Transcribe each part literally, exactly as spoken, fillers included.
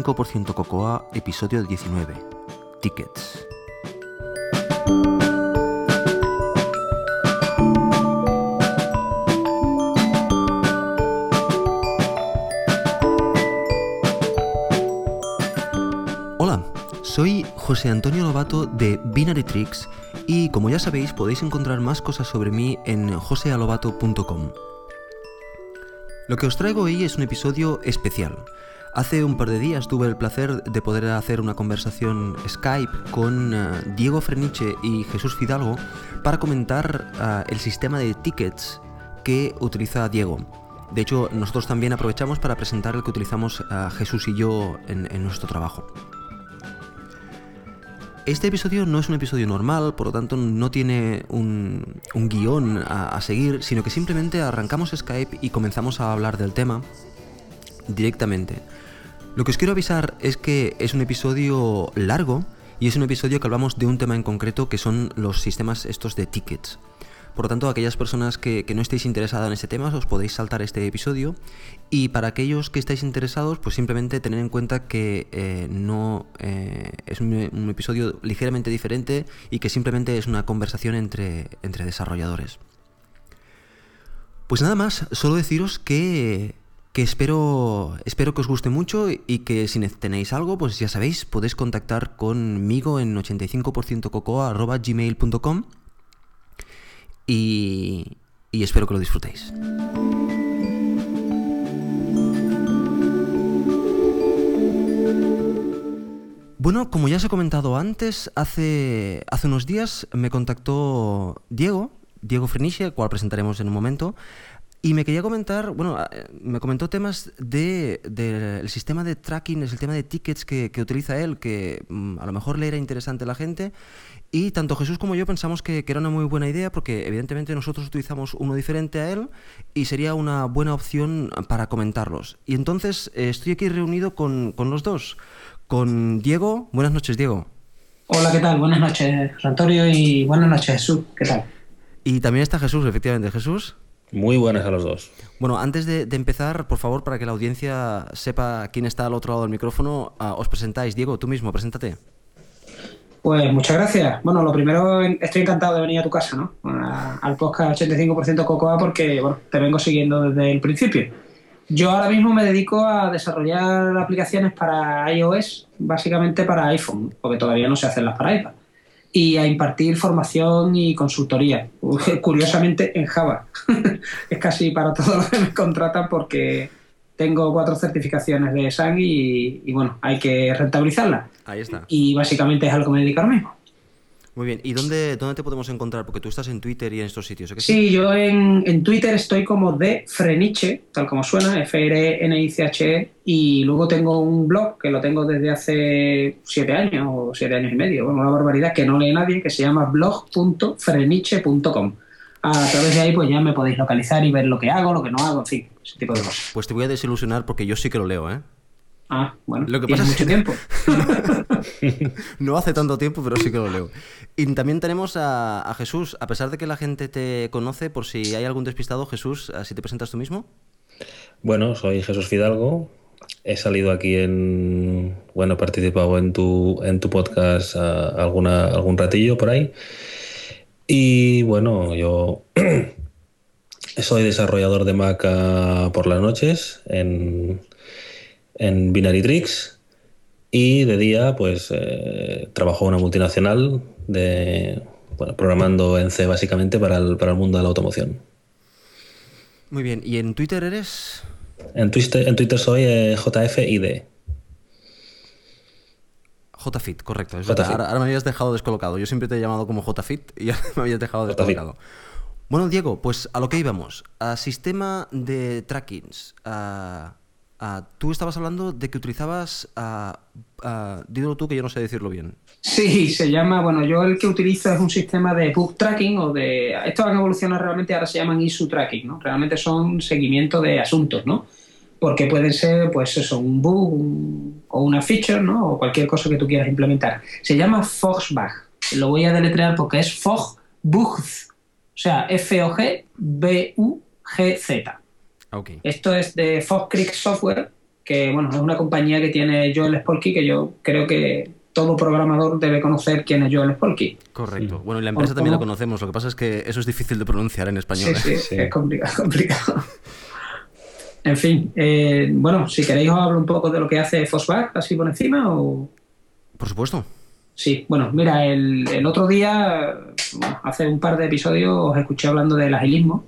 cinco por ciento Cocoa, episodio diecinueve. Tickets. Hola, soy José Antonio Lobato de Binary Tricks y como ya sabéis podéis encontrar más cosas sobre mí en jose alobato punto com. Lo que os traigo hoy es un episodio especial. Hace un par de días tuve el placer de poder hacer una conversación Skype con uh, Diego Freniche y Jesús Fidalgo para comentar uh, el sistema de tickets que utiliza Diego. De hecho, nosotros también aprovechamos para presentar el que utilizamos uh, Jesús y yo en, en nuestro trabajo. Este episodio no es un episodio normal, por lo tanto no tiene un, un guión a, a seguir, sino que simplemente arrancamos Skype y comenzamos a hablar del tema directamente. Lo que os quiero avisar es que es un episodio largo y es un episodio que hablamos de un tema en concreto que son los sistemas estos de tickets. Por lo tanto, aquellas personas que, que no estéis interesadas en este tema os podéis saltar este episodio, y para aquellos que estáis interesados, pues simplemente tener en cuenta que eh, no eh, es un, un episodio ligeramente diferente y que simplemente es una conversación entre, entre desarrolladores. Pues nada más, solo deciros que, que espero, espero que os guste mucho y que si tenéis algo, pues ya sabéis, podéis contactar conmigo en ochenta y cinco por ciento cocoa arroba gmail punto com. Y, y espero que lo disfrutéis. Bueno, como ya os he comentado antes, hace, hace unos días me contactó Diego, Diego Freniche, al cual presentaremos en un momento, y me quería comentar, bueno, me comentó temas del de, de sistema de tracking, el sistema de tickets que, que utiliza él, que mm, a lo mejor le era interesante a la gente. Y tanto Jesús como yo pensamos que, que era una muy buena idea porque evidentemente nosotros utilizamos uno diferente a él y sería una buena opción para comentarlos. Y entonces eh, estoy aquí reunido con, con los dos. Con Diego. Buenas noches, Diego. Hola, ¿qué tal? Buenas noches, Antonio, y buenas noches, Jesús. ¿Qué tal? Y también está Jesús, efectivamente. Jesús. Muy buenas a los dos. Bueno, antes de, de empezar, por favor, para que la audiencia sepa quién está al otro lado del micrófono, uh, os presentáis. Diego, tú mismo, preséntate. Pues muchas gracias. Bueno, lo primero, estoy encantado de venir a tu casa, ¿no? A, al podcast ochenta y cinco por ciento Cocoa porque, bueno, te vengo siguiendo desde el principio. Yo ahora mismo me dedico a desarrollar aplicaciones para iOS, básicamente para iPhone, porque todavía no se hacen las para iPad, y a impartir formación y consultoría, curiosamente en Java. Es casi para todo lo que me contratan porque tengo cuatro certificaciones de S A N y, y bueno, hay que rentabilizarlas. Ahí está. Y básicamente es a lo que me dedico ahora mismo. Muy bien. ¿Y dónde, dónde te podemos encontrar? Porque tú estás en Twitter y en estos sitios. ¿Sí? Sí, yo en, en Twitter estoy como de Freniche, tal como suena, F R N I C H E, y luego tengo un blog que lo tengo desde hace siete años o siete años y medio, bueno, una barbaridad que no lee nadie, que se llama blog punto freniche punto com. A través de ahí pues ya me podéis localizar y ver lo que hago, lo que no hago, en fin, ese tipo de cosas. Pues te voy a desilusionar porque yo sí que lo leo, ¿eh? Ah, bueno, lo que pasa mucho es que... tiempo. No hace tanto tiempo, pero sí que lo leo. Y también tenemos a, a Jesús. A pesar de que la gente te conoce, por si hay algún despistado, Jesús, si te presentas tú mismo. Bueno, soy Jesús Fidalgo. He salido aquí en... Bueno, he participado en tu, en tu podcast uh, alguna, algún ratillo por ahí. Y bueno, yo soy desarrollador de Mac uh, por las noches en, en Binary Tricks. Y de día, pues, eh, trabajo en una multinacional de, bueno, programando en C básicamente para el, para el mundo de la automoción. Muy bien. ¿Y en Twitter eres? En Twitter, en Twitter soy eh, J F I D. JFit, correcto. Es JFit. Ahora, ahora me habías dejado descolocado. Yo siempre te he llamado como JFit y ahora me habías dejado descolocado. JFit. Bueno, Diego, pues a lo que íbamos. A sistema de trackings. A... Uh, tú estabas hablando de que utilizabas, uh, uh, dilo tú que yo no sé decirlo bien. Sí, se llama, bueno, yo el que utilizo es un sistema de bug tracking o de... Estos han evolucionado realmente, ahora se llaman issue tracking, ¿no? Realmente son seguimiento de asuntos, ¿no? Porque pueden ser, pues eso, un bug un, o una feature, ¿no? O cualquier cosa que tú quieras implementar. Se llama Fogbug. Lo voy a deletrear porque es Fogbugs. O sea, F O G B U G Z. Okay. Esto es de Fox Creek Software que bueno, es una compañía que tiene Joel Spolky, que yo creo que todo programador debe conocer quién es Joel Spolky. Correcto. Bueno, y la empresa también la conocemos, lo que pasa es que eso es difícil de pronunciar en español. Sí, ¿eh? sí, sí. Es complicado, complicado. En fin, eh, bueno, si queréis os hablo un poco de lo que hace Fosback, así por encima, o... Por supuesto. Sí, bueno, mira, el, el otro día, bueno, hace un par de episodios, os escuché hablando del agilismo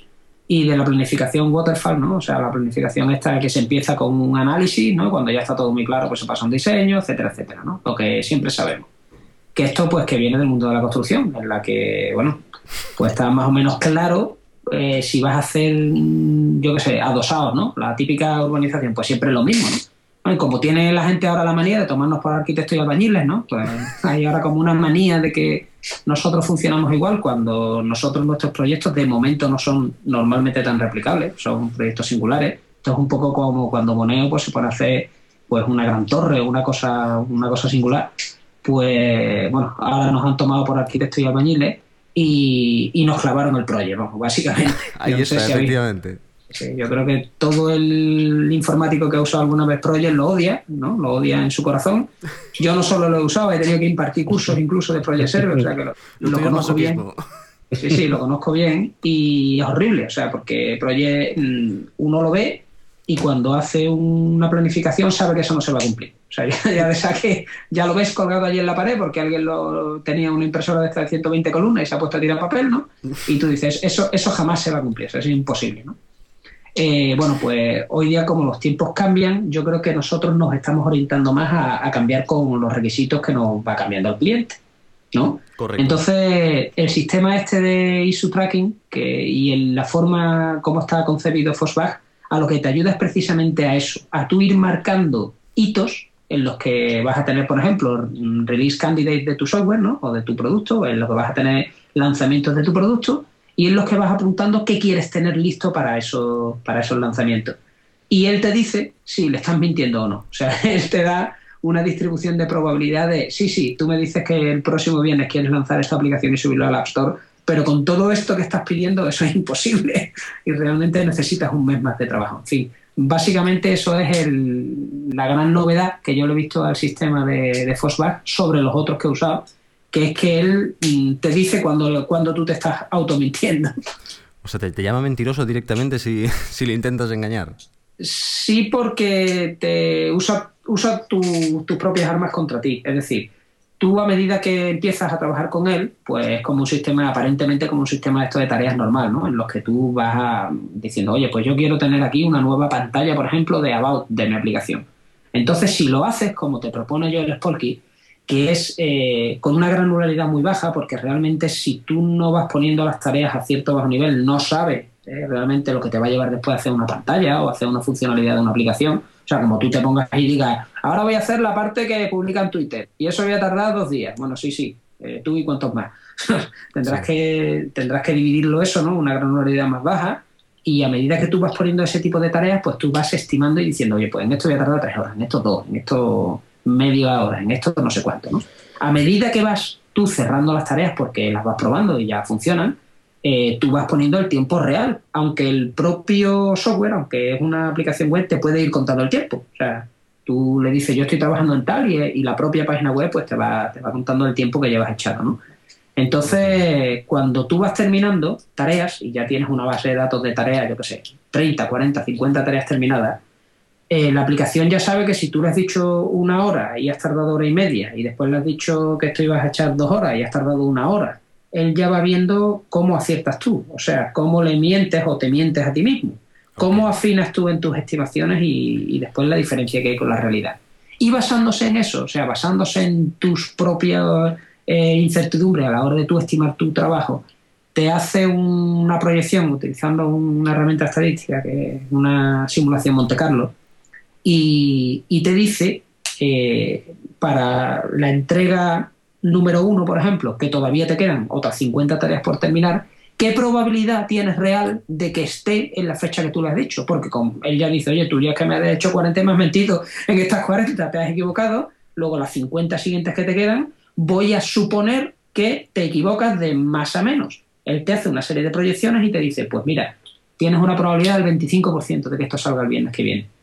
y de la planificación waterfall, ¿no? O sea, la planificación esta que se empieza con un análisis, ¿no? Cuando ya está todo muy claro, pues se pasa a un diseño, etcétera, etcétera, ¿no? Lo que siempre sabemos. Que esto, pues, que viene del mundo de la construcción, en la que, bueno, pues está más o menos claro eh, si vas a hacer, yo qué sé, adosados, ¿no? La típica urbanización, pues siempre es lo mismo, ¿no? Bueno, y como tiene la gente ahora la manía de tomarnos por arquitectos y albañiles, ¿no? Pues hay ahora como una manía de que nosotros funcionamos igual cuando nosotros nuestros proyectos de momento no son normalmente tan replicables, son proyectos singulares. Esto es un poco como cuando Moneo pues, se pone a hacer pues, una gran torre, una cosa, una cosa singular. Pues bueno, ahora nos han tomado por arquitectos y albañiles y, y nos clavaron el proyecto, vamos, básicamente. Ahí no está, sé si efectivamente. habéis... Sí, yo creo que todo el informático que ha usado alguna vez Project lo odia, ¿no? Lo odia en su corazón. Yo no solo lo he usado, he tenido que impartir cursos incluso de Project Server, o sea que lo, lo conozco bien. Sí, sí, lo conozco bien y es horrible, o sea, porque Project uno lo ve y cuando hace una planificación sabe que eso no se va a cumplir. O sea, ya, ya de saque, ya lo ves colgado allí en la pared porque alguien lo tenía una impresora de esta de ciento veinte columnas y se ha puesto a tirar papel, ¿no? Y tú dices, eso, eso jamás se va a cumplir, eso es imposible, ¿no? Eh, bueno, pues hoy día como los tiempos cambian, yo creo que nosotros nos estamos orientando más a, a cambiar con los requisitos que nos va cambiando el cliente, ¿no? Correcto. Entonces, el sistema este de issue tracking que, y en la forma como está concebido Fosback, a lo que te ayuda es precisamente a eso, a tú ir marcando hitos en los que vas a tener, por ejemplo, release candidate de tu software, ¿no? O de tu producto, en los que vas a tener lanzamientos de tu producto, y en los que vas apuntando qué quieres tener listo para, eso, para esos lanzamientos. Y él te dice si le estás mintiendo o no. O sea, él te da una distribución de probabilidad de, sí, sí, tú me dices que el próximo viernes quieres lanzar esta aplicación y subirlo al App Store, pero con todo esto que estás pidiendo, eso es imposible y realmente necesitas un mes más de trabajo. En fin, básicamente eso es el, la gran novedad que yo le he visto al sistema de, de Fosback sobre los otros que he usado, que es que él te dice cuando, cuando tú te estás automintiendo. O sea, te, te llama mentiroso directamente si, si le intentas engañar. Sí, porque te usa, usa tu, tus propias armas contra ti. Es decir, tú a medida que empiezas a trabajar con él, pues es como un sistema, aparentemente como un sistema de esto de tareas normal, ¿no? En los que tú vas a, diciendo, oye, pues yo quiero tener aquí una nueva pantalla, por ejemplo, de About de mi aplicación. Entonces, si lo haces como te propone yo el Spolky, que es eh, con una granularidad muy baja, porque realmente si tú no vas poniendo las tareas a cierto bajo nivel, no sabes eh, realmente lo que te va a llevar después a hacer una pantalla o a hacer una funcionalidad de una aplicación. O sea, como tú te pongas y digas, ahora voy a hacer la parte que publica en Twitter, y eso voy a tardar dos días. Bueno, sí, sí, eh, tú y cuantos más. tendrás, sí. que, tendrás que dividirlo eso, ¿no? Una granularidad más baja, y a medida que tú vas poniendo ese tipo de tareas, pues tú vas estimando y diciendo, oye, pues en esto voy a tardar tres horas, en esto dos, en esto media hora, en esto no sé cuánto, ¿no? A medida que vas tú cerrando las tareas porque las vas probando y ya funcionan, eh, tú vas poniendo el tiempo real, aunque el propio software, aunque es una aplicación web, te puede ir contando el tiempo. O sea, tú le dices, yo estoy trabajando en tal, y, y la propia página web pues te va, te va contando el tiempo que llevas echado, ¿no? Entonces, cuando tú vas terminando tareas y ya tienes una base de datos de tareas, yo qué sé, treinta, cuarenta, cincuenta tareas terminadas, Eh, la aplicación ya sabe que si tú le has dicho una hora y has tardado hora y media, y después le has dicho que esto ibas a echar dos horas y has tardado una hora, él ya va viendo cómo aciertas tú, o sea, cómo le mientes o te mientes a ti mismo, cómo afinas tú en tus estimaciones y, y después la diferencia que hay con la realidad. Y basándose en eso, o sea, basándose en tus propias eh, incertidumbres a la hora de tú estimar tu trabajo, te hace una proyección utilizando una herramienta estadística que es una simulación Monte Carlo, Y, y te dice, eh, para la entrega número uno, por ejemplo, que todavía te quedan otras cincuenta tareas por terminar, ¿qué probabilidad tienes real de que esté en la fecha que tú le has dicho? Porque con, él ya dice, oye, tú ya que me has hecho cuarenta y me has mentido en estas cuarenta, te has equivocado, luego las cincuenta siguientes que te quedan, voy a suponer que te equivocas de más a menos. Él te hace una serie de proyecciones y te dice, pues mira, tienes una probabilidad del veinticinco por ciento de que esto salga el viernes que viene.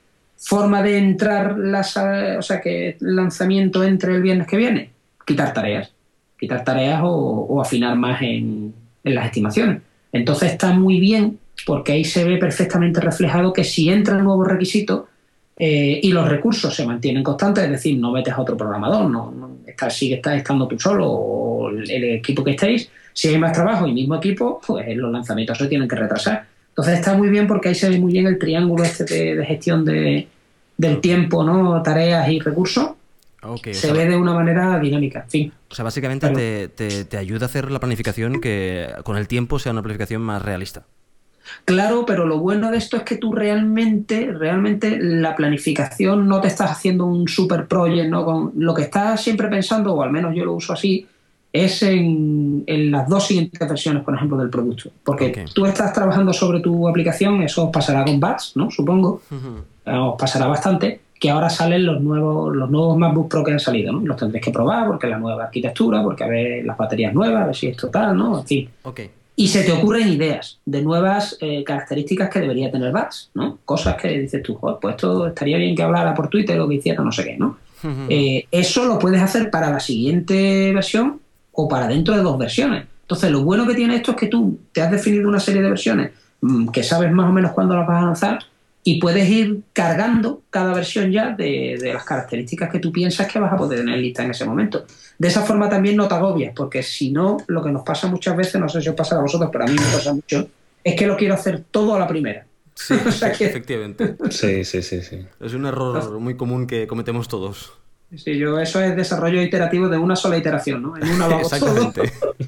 forma de entrar, las, o sea, que el lanzamiento entre el viernes que viene, quitar tareas, quitar tareas o, o afinar más en, en las estimaciones. Entonces está muy bien porque ahí se ve perfectamente reflejado que si entran nuevos requisitos eh, y los recursos se mantienen constantes, es decir, no metes a otro programador, no, no estás, sigue estás estando tú solo o el, el equipo que estéis, si hay más trabajo y mismo equipo, pues los lanzamientos se tienen que retrasar. Entonces está muy bien porque ahí se ve muy bien el triángulo este de, de gestión de, del tiempo, ¿no? Tareas y recursos. Okay, se o sea, ve de una manera dinámica, en fin. O sea, básicamente claro. te, te, te ayuda a hacer la planificación que con el tiempo sea una planificación más realista. Claro, pero lo bueno de esto es que tú realmente, realmente la planificación no te estás haciendo un super project, ¿no? Con lo que estás siempre pensando, o al menos yo lo uso así, es en, en las dos siguientes versiones, por ejemplo, del producto. Porque okay. tú estás trabajando sobre tu aplicación, eso os pasará con Bugs, ¿no? Supongo. Uh-huh. Os pasará bastante, que ahora salen los nuevos los nuevos MacBook Pro que han salido, ¿no? Los tendréis que probar porque es la nueva arquitectura, porque a ver las baterías nuevas, a ver si es total, ¿no? En fin. Okay. Y se te ocurren ideas de nuevas eh, características que debería tener Bugs, ¿no? Cosas que dices tú, joder, pues esto estaría bien que hablara por Twitter o que hiciera no sé qué, ¿no? Uh-huh. Eh, eso lo puedes hacer para la siguiente versión o para dentro de dos versiones. Entonces, lo bueno que tiene esto es que tú te has definido una serie de versiones mmm, que sabes más o menos cuándo las vas a lanzar y puedes ir cargando cada versión ya de, de las características que tú piensas que vas a poder tener lista en ese momento. De esa forma también no te agobias, porque si no, lo que nos pasa muchas veces, no sé si os pasa a vosotros, pero a mí me pasa mucho, es que lo quiero hacer todo a la primera. Sí, o sea que... efectivamente. Sí, sí, sí, sí. Es un error muy común que cometemos todos. Sí, yo eso es desarrollo iterativo de una sola iteración, ¿no? En una lo hago exactamente.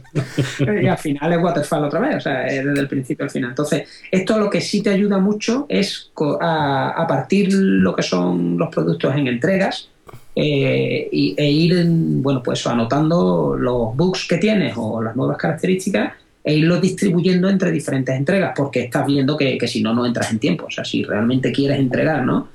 Todo. Y al final es waterfall otra vez, o sea, es desde el principio al final. Entonces, esto lo que sí te ayuda mucho es a, a partir lo que son los productos en entregas eh, y, e ir, bueno, pues anotando los bugs que tienes o las nuevas características e irlos distribuyendo entre diferentes entregas, porque estás viendo que, que si no, no entras en tiempo. O sea, si realmente quieres entregar, ¿no?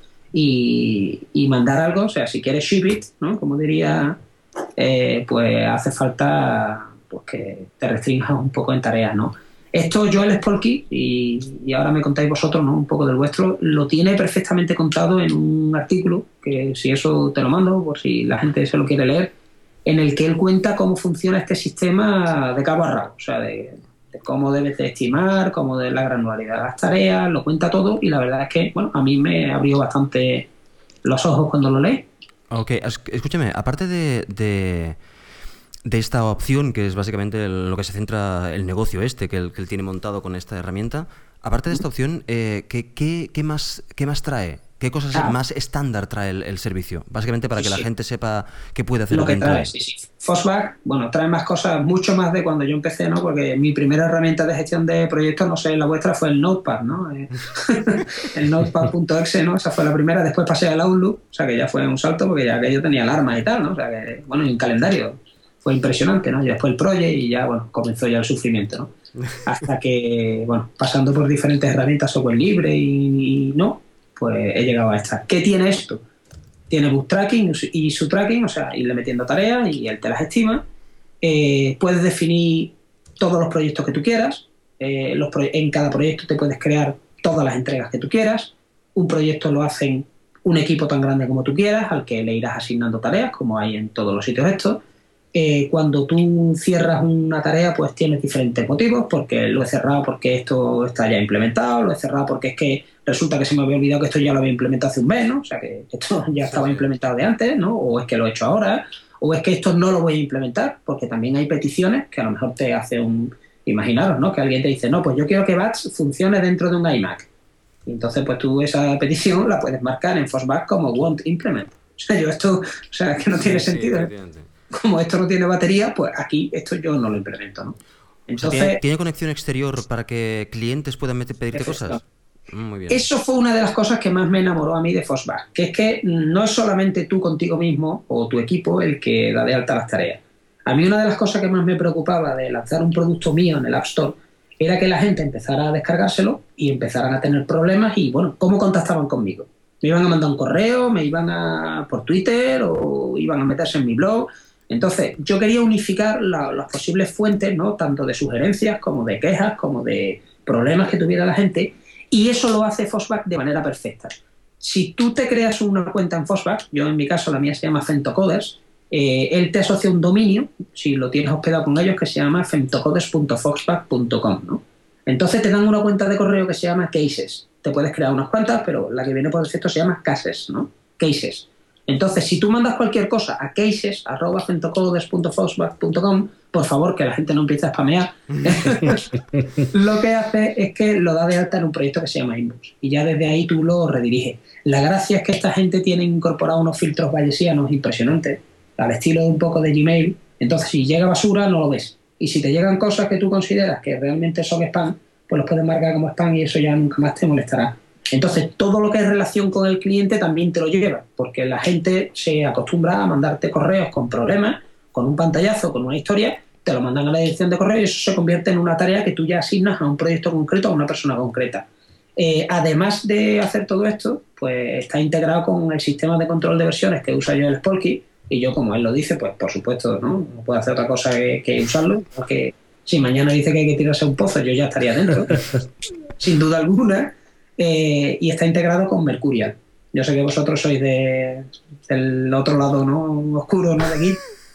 Y, y mandar algo, o sea, si quieres ship it, ¿no? Como diría, eh, pues hace falta pues, que te restringas un poco en tareas, ¿no? Esto Joel Spolky, y, y ahora me contáis vosotros, ¿no? Un poco del vuestro, lo tiene perfectamente contado en un artículo, que si eso te lo mando, por si la gente se lo quiere leer, en el que él cuenta cómo funciona este sistema de cabo a rabo, o sea, de... de cómo debes de estimar, cómo de la granularidad de las tareas, lo cuenta todo y la verdad es que, bueno, a mí me abrió bastante los ojos cuando lo leí. Ok, escúchame, aparte de, de, de esta opción, que es básicamente lo que se centra el negocio este que él, que él tiene montado con esta herramienta, aparte de esta opción, eh, ¿qué, qué, qué, más, ¿qué más trae? ¿Qué cosas ah. más estándar trae el, el servicio? Básicamente para sí, que la sí. gente sepa qué puede hacer. Lo que trae, sí, sí. Fosback, bueno, trae más cosas, mucho más de cuando yo empecé, ¿no? Porque mi primera herramienta de gestión de proyectos, no sé, la vuestra fue el Notepad, ¿no? El notepad punto exe, ¿no? Esa fue la primera. Después pasé al Outlook, o sea que ya fue un salto porque ya que yo tenía alarmas y tal, ¿no? O sea que, bueno, y un calendario. Fue impresionante, ¿no? Y después el Project y ya, bueno, comenzó ya el sufrimiento, ¿no? Hasta que, bueno, pasando por diferentes herramientas, software libre y, y no, pues he llegado a esta. ¿Qué tiene esto? Tiene book tracking y su tracking, o sea, irle metiendo tareas y él te las estima. Eh, puedes definir todos los proyectos que tú quieras. Eh, los pro- en cada proyecto te puedes crear todas las entregas que tú quieras. Un proyecto lo hacen un equipo tan grande como tú quieras, al que le irás asignando tareas, como hay en todos los sitios estos. Eh, cuando tú cierras una tarea, pues tienes diferentes motivos, porque lo he cerrado porque esto está ya implementado, lo he cerrado porque es que resulta que se me había olvidado que esto ya lo había implementado hace un mes, ¿no? O sea, que esto ya estaba sí, sí. implementado de antes, ¿no? O es que lo he hecho ahora, o es que esto no lo voy a implementar, porque también hay peticiones que a lo mejor te hace un... Imaginaros, ¿no? Que alguien te dice, no, pues yo quiero que Bats funcione dentro de un iMac. Y entonces, pues tú esa petición la puedes marcar en Fosback como won't implement. O sea, yo esto... O sea, que no sí, tiene sí, sentido. Sí, como esto no tiene batería, pues aquí esto yo no lo implemento, ¿no? Entonces, o sea, ¿tiene, ¿tiene conexión exterior para que clientes puedan meter, pedirte cosas? Muy bien. Eso fue una de las cosas que más me enamoró a mí de Fosback, que es que no es solamente tú contigo mismo o tu equipo el que da de alta las tareas. A mí una de las cosas que más me preocupaba de lanzar un producto mío en el App Store era que la gente empezara a descargárselo y empezaran a tener problemas y, bueno, ¿cómo contactaban conmigo? ¿Me iban a mandar un correo? ¿Me iban a por Twitter? ¿O iban a meterse en mi blog? Entonces, yo quería unificar la, las posibles fuentes, ¿no? Tanto de sugerencias como de quejas, como de problemas que tuviera la gente, y eso lo hace Fosback de manera perfecta. Si tú te creas una cuenta en Foxback, yo en mi caso la mía se llama Femtocoders, eh, él te asocia un dominio, si lo tienes hospedado con ellos, que se llama femtocoders punto foxback punto com, ¿no? Entonces te dan una cuenta de correo que se llama Cases. Te puedes crear unas cuantas, pero la que viene por defecto se llama Cases, ¿no? Cases. Entonces, si tú mandas cualquier cosa a cases arroba femtocoders punto foxback punto com, por favor, que la gente no empiece a spamear, lo que hace es que lo da de alta en un proyecto que se llama Inbox. Y ya desde ahí tú lo rediriges. La gracia es que esta gente tiene incorporado unos filtros bayesianos impresionantes, al estilo de un poco de Gmail. Entonces, si llega basura, no lo ves. Y si te llegan cosas que tú consideras que realmente son spam, pues los puedes marcar como spam y eso ya nunca más te molestará. Entonces, todo lo que es relación con el cliente también te lo lleva, porque la gente se acostumbra a mandarte correos con problemas, con un pantallazo, con una historia, te lo mandan a la dirección de correo y eso se convierte en una tarea que tú ya asignas a un proyecto concreto, a una persona concreta. Eh, además de hacer todo esto, pues está integrado con el sistema de control de versiones que usa yo el Spolky, y yo, como él lo dice, pues por supuesto, ¿no? No puedo hacer otra cosa que, que usarlo, porque si mañana dice que hay que tirarse un pozo, yo ya estaría dentro, sin duda alguna. Eh, y está integrado con Mercurial. Yo sé que vosotros sois de, del otro lado, ¿no? Oscuro, ¿no? De Git.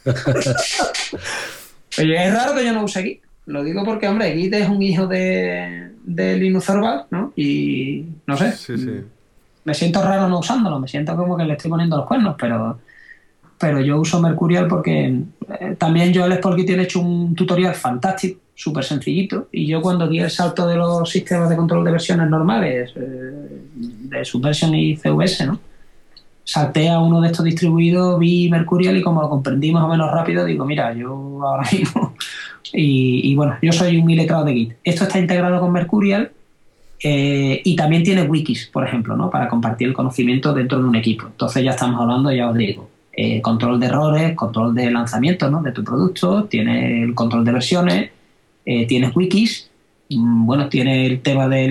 Oye, es raro que yo no use Git. Lo digo porque, hombre, Git es un hijo de, de Linus Torvalds, ¿no? Y no sé. Sí, sí. Me siento raro no usándolo. Me siento como que le estoy poniendo los cuernos, pero... pero yo uso Mercurial porque eh, también yo el Spolky tiene hecho un tutorial fantástico, súper sencillito, y yo cuando di el salto de los sistemas de control de versiones normales, eh, de Subversion y C V S, ¿no? Salté a uno de estos distribuidos, vi Mercurial y como lo comprendí más o menos rápido, digo, mira, yo ahora mismo... y, y bueno, yo soy un iletrado de Git. Esto está integrado con Mercurial eh, y también tiene wikis, por ejemplo, ¿no? Para compartir el conocimiento dentro de un equipo. Entonces ya estamos hablando, ya os digo, Eh, control de errores, control de lanzamiento, ¿no? De tu producto, tiene el control de versiones, eh, tienes wikis, mmm, bueno, tiene el tema de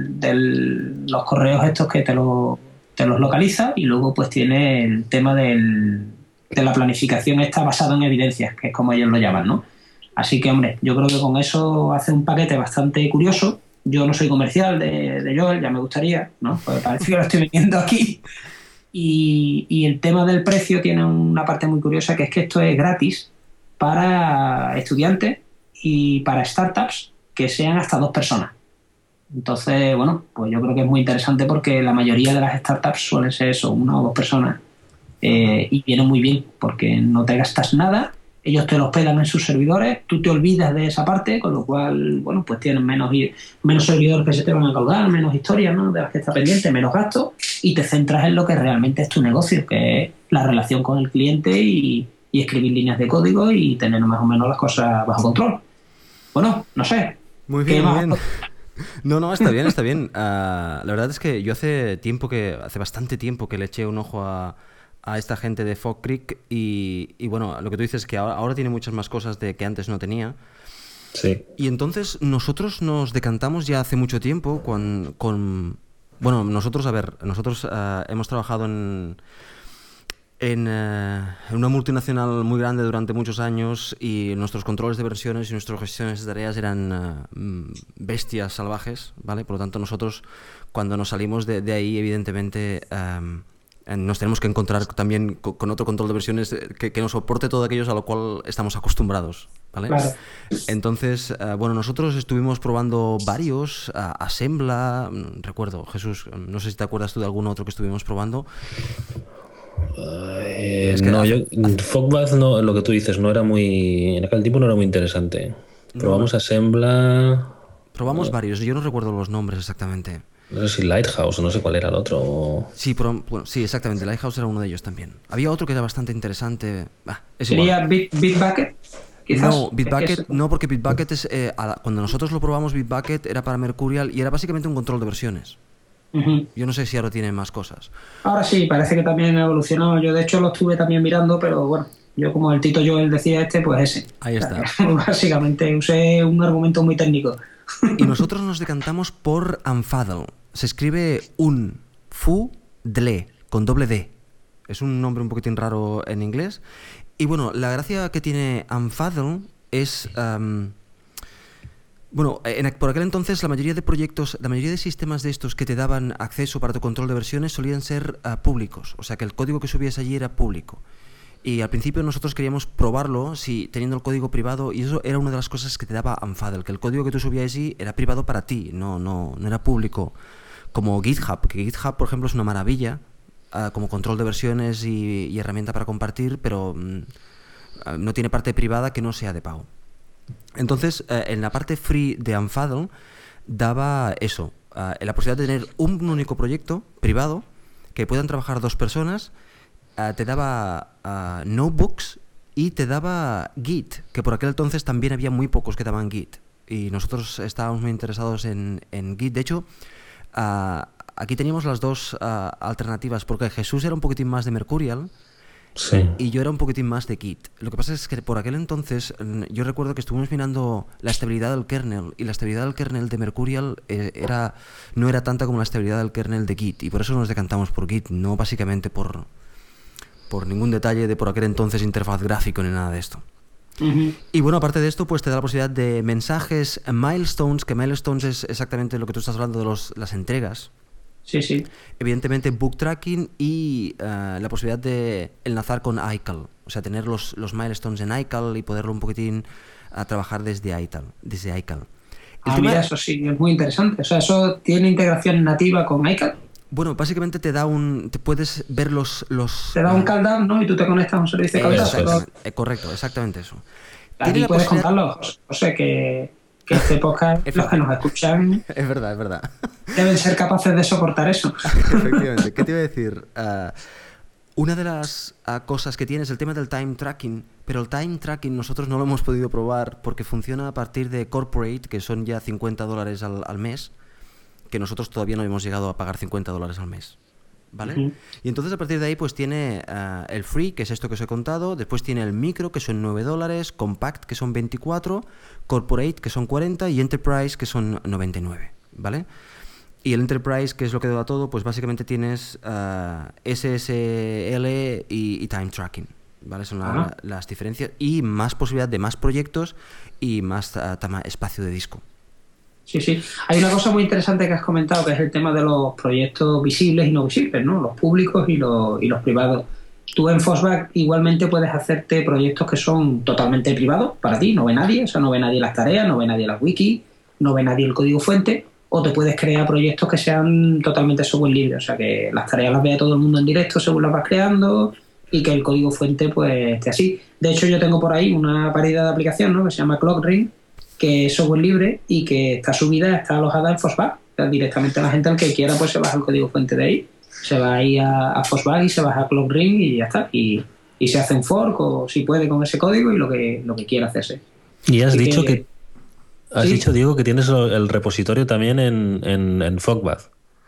del, los correos estos que te, lo, te los localiza, y luego pues tiene el tema del, de la planificación esta basada en evidencias, que es como ellos lo llaman, ¿no? Así que, hombre, yo creo que con eso hace un paquete bastante curioso. Yo no soy comercial de, de Joel, ya me gustaría, ¿no? Pues parece que lo estoy vendiendo aquí. Y, y el tema del precio tiene una parte muy curiosa, que es que esto es gratis para estudiantes y para startups que sean hasta dos personas. Entonces, bueno, pues yo creo que es muy interesante porque la mayoría de las startups suelen ser eso, una o dos personas, eh, y viene muy bien porque no te gastas nada, ellos te lo hospedan en sus servidores, tú te olvidas de esa parte, con lo cual, bueno, pues tienes menos, menos servidores que se te van a colgar, menos historias, ¿no? De las que está pendiente, menos gastos, y te centras en lo que realmente es tu negocio, que es la relación con el cliente y, y escribir líneas de código y tener más o menos las cosas bajo control. Bueno, no sé. Muy bien, muy bien. No, no, está bien, está bien. Uh, la verdad es que yo hace tiempo que, hace bastante tiempo que le eché un ojo a... a esta gente de Fog Creek y, y bueno, lo que tú dices es que ahora, ahora tiene muchas más cosas de que antes no tenía. Sí. Y entonces nosotros nos decantamos ya hace mucho tiempo con... con bueno, nosotros, a ver, nosotros uh, hemos trabajado en, en, uh, en una multinacional muy grande durante muchos años y nuestros controles de versiones y nuestras gestiones de tareas eran uh, bestias salvajes, ¿vale? Por lo tanto, nosotros cuando nos salimos de, de ahí, evidentemente... Um, nos tenemos que encontrar también con otro control de versiones que, que nos soporte todo aquello a lo cual estamos acostumbrados, ¿vale? Claro. Entonces, uh, bueno, nosotros estuvimos probando varios, uh, Assembla, recuerdo, Jesús, no sé si te acuerdas tú de algún otro que estuvimos probando. Eh, es que no, hace, yo, Fogbath, no, lo que tú dices, no era muy, en aquel tiempo no era muy interesante. Probamos no, Assembla. Probamos uh, varios, yo no recuerdo los nombres exactamente. No sé si Lighthouse o no sé cuál era el otro. Sí, pero, bueno, sí, exactamente. Lighthouse era uno de ellos también. Había otro que era bastante interesante. Ah, es ¿Sería Bit, Bitbucket? Quizás. No, Bitbucket, es que no, porque Bitbucket es. Eh, a la, cuando nosotros lo probamos, Bitbucket era para Mercurial y era básicamente un control de versiones. Uh-huh. Yo no sé si ahora tiene más cosas. Ahora sí, parece que también ha evolucionado. Yo, de hecho, lo estuve también mirando, pero bueno, yo como el Tito Joel decía este, pues ese. Ahí está. Básicamente usé un argumento muy técnico. Y nosotros nos decantamos por Unfaddle. Se escribe un fu dle con doble D. Es un nombre un poquitín raro en inglés. Y bueno, la gracia que tiene Unfaddle es um, Bueno, en, por aquel entonces la mayoría de proyectos, la mayoría de sistemas de estos que te daban acceso para tu control de versiones solían ser uh, públicos, o sea que el código que subías allí era público. Y al principio nosotros queríamos probarlo si teniendo el código privado, y eso era una de las cosas que te daba Unfathel, que el código que tú subías allí era privado para ti, no, no, no era público, como GitHub, que GitHub por ejemplo es una maravilla uh, como control de versiones y, y herramienta para compartir, pero um, uh, no tiene parte privada que no sea de pago. Entonces, eh, en la parte free de Unfathel daba eso, uh, la posibilidad de tener un único proyecto privado que puedan trabajar dos personas, uh, te daba uh, notebooks y te daba Git, que por aquel entonces también había muy pocos que daban Git. Y nosotros estábamos muy interesados en, en Git. De hecho, uh, aquí teníamos las dos uh, alternativas, porque Jesús era un poquitín más de Mercurial. Sí. Y yo era un poquitín más de Git. Lo que pasa es que por aquel entonces yo recuerdo que estuvimos mirando la estabilidad del kernel, y la estabilidad del kernel de Mercurial eh, era, no era tanta como la estabilidad del kernel de Git, y por eso nos decantamos por Git, no básicamente por, por ningún detalle de por aquel entonces interfaz gráfico ni nada de esto. Uh-huh. Y bueno, aparte de esto, pues te da la posibilidad de mensajes, milestones, que milestones es exactamente lo que tú estás hablando de los, las entregas. Sí, sí. Evidentemente book tracking y uh, la posibilidad de enlazar con I C A L, o sea, tener los, los milestones en I C A L y poderlo un poquitín a trabajar desde I C A L, desde I C A L. Ah, tema... mira, eso sí, es muy interesante. O sea, ¿eso tiene integración nativa con I C A L? Bueno, básicamente te da un... te puedes ver los... los te da un call down, ¿no? Y tú te conectas a un servicio de call down. Exactamente, eh, correcto, exactamente eso. Aquí puedes posibilidad... contarlo, o sea, que... que este podcast, los que nos escuchan... Es verdad, es verdad. Deben ser capaces de soportar eso. Efectivamente. ¿Qué te iba a decir? Uh, una de las uh, cosas que tiene es el tema del time tracking, pero el time tracking nosotros no lo hemos podido probar porque funciona a partir de Corporate, que son ya cincuenta dólares al, al mes, que nosotros todavía no hemos llegado a pagar cincuenta dólares al mes. ¿Vale? Uh-huh. Y entonces a partir de ahí pues tiene uh, el free, que es esto que os he contado, después tiene el micro, que son nueve dólares, compact, que son veinticuatro, corporate, que son cuarenta, y enterprise, que son noventa y nueve, ¿vale? Y el enterprise, que es lo que da todo, pues básicamente tienes uh, S S L y, y time tracking, ¿vale? Son la, uh-huh. las diferencias, y más posibilidad de más proyectos y más uh, tama, espacio de disco. Sí, sí. Hay una cosa muy interesante que has comentado, que es el tema de los proyectos visibles y no visibles, ¿no? Los públicos y los, y los privados. Tú en Fosback igualmente puedes hacerte proyectos que son totalmente privados para ti, no ve nadie, o sea, no ve nadie las tareas, no ve nadie las wikis, no ve nadie el código fuente, o te puedes crear proyectos que sean totalmente software libre, o sea, que las tareas las vea todo el mundo en directo según las vas creando y que el código fuente pues esté así. De hecho, yo tengo por ahí una paridad de aplicación, ¿no? Que se llama ClockRing, que es software libre y que está subida, está alojada en Fosback. O sea, directamente la gente, al que quiera, pues se baja el código fuente de ahí, se va ahí a, a Fosback y se baja a ClockRing y ya está. Y, y se hace un fork, o si puede, con ese código y lo que, lo que quiera hacerse. Y has y dicho que, que has ¿sí? dicho, Diego, que tienes el repositorio también en, en, en Fosback.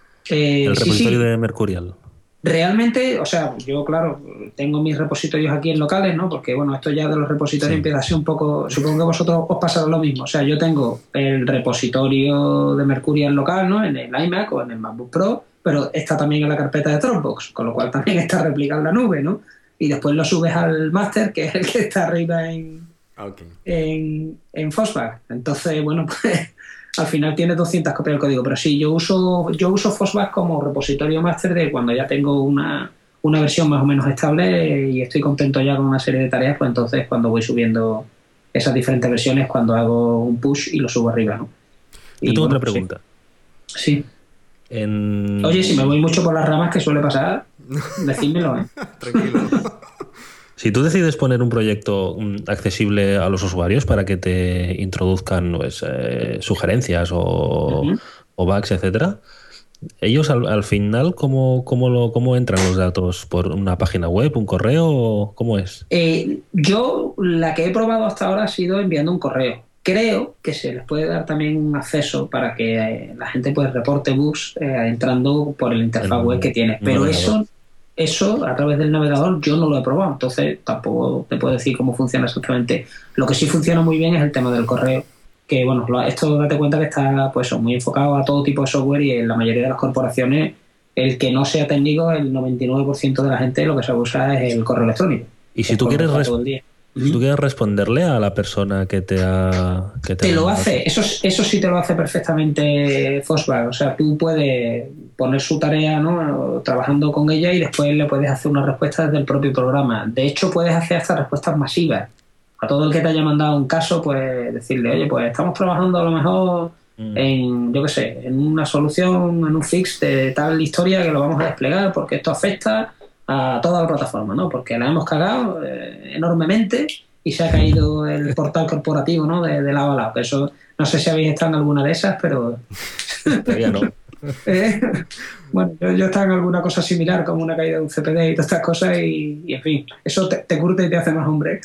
Eh, el repositorio sí, sí. de Mercurial. Realmente, o sea, yo, claro, tengo mis repositorios aquí en locales, ¿no? Porque, bueno, esto ya de los repositorios sí. empieza a ser un poco... Supongo que vosotros os pasará lo mismo. O sea, yo tengo el repositorio de Mercurial local, ¿no? En el iMac o en el MacBook Pro, pero está también en la carpeta de Dropbox, con lo cual también está replicado en la nube, ¿no? Y después lo subes al master, que es el que está arriba en, okay. en, en Fosback. Entonces, bueno, pues... al final tiene doscientas copias del código, pero sí, yo uso yo uso Fosback como repositorio máster de cuando ya tengo una, una versión más o menos estable y estoy contento ya con una serie de tareas, pues entonces cuando voy subiendo esas diferentes versiones, cuando hago un push y lo subo arriba, ¿no? Y yo tengo bueno, otra pregunta. Sí. sí. En... Oye, si me voy mucho por las ramas, que suele pasar, decídmelo, ¿eh? Tranquilo. Si tú decides poner un proyecto accesible a los usuarios para que te introduzcan pues, eh, sugerencias o, uh-huh. o bugs, etcétera, ellos al, al final, ¿cómo, cómo, lo, ¿cómo entran los datos? ¿Por una página web, un correo? ¿Cómo es? Eh, yo la que he probado hasta ahora ha sido enviando un correo. Creo que se les puede dar también un acceso para que eh, la gente pues reporte bugs eh, entrando por el interfaz el, web que tiene. Pero eso... Eso, a través del navegador, yo no lo he probado, entonces tampoco te puedo decir cómo funciona exactamente. Lo que sí funciona muy bien es el tema del correo, que bueno, esto date cuenta que está pues muy enfocado a todo tipo de software y en la mayoría de las corporaciones, el que no sea técnico, el noventa y nueve por ciento de la gente lo que se usa es el correo electrónico. Y si tú quieres res- ¿Tú quieres responderle a la persona que te ha... Que te Te ha... lo hace, eso, eso sí te lo hace perfectamente Fosbach. O sea, tú puedes poner su tarea, ¿no?, trabajando con ella, y después le puedes hacer una respuesta desde el propio programa. De hecho, puedes hacer hasta respuestas masivas. A todo el que te haya mandado un caso, pues decirle, oye, pues estamos trabajando a lo mejor mm. en, yo qué sé, en una solución, en un fix de tal historia que lo vamos a desplegar porque esto afecta a toda la plataforma, ¿no? Porque la hemos cagado eh, enormemente y se ha caído el portal corporativo, ¿no?, de, de lado a lado. Eso, no sé si habéis estado en alguna de esas, pero... Todavía no. eh, bueno, yo, yo he estado en alguna cosa similar, como una caída de un C P D y todas estas cosas, y, y en fin, eso te, te curte y te hace más hombre.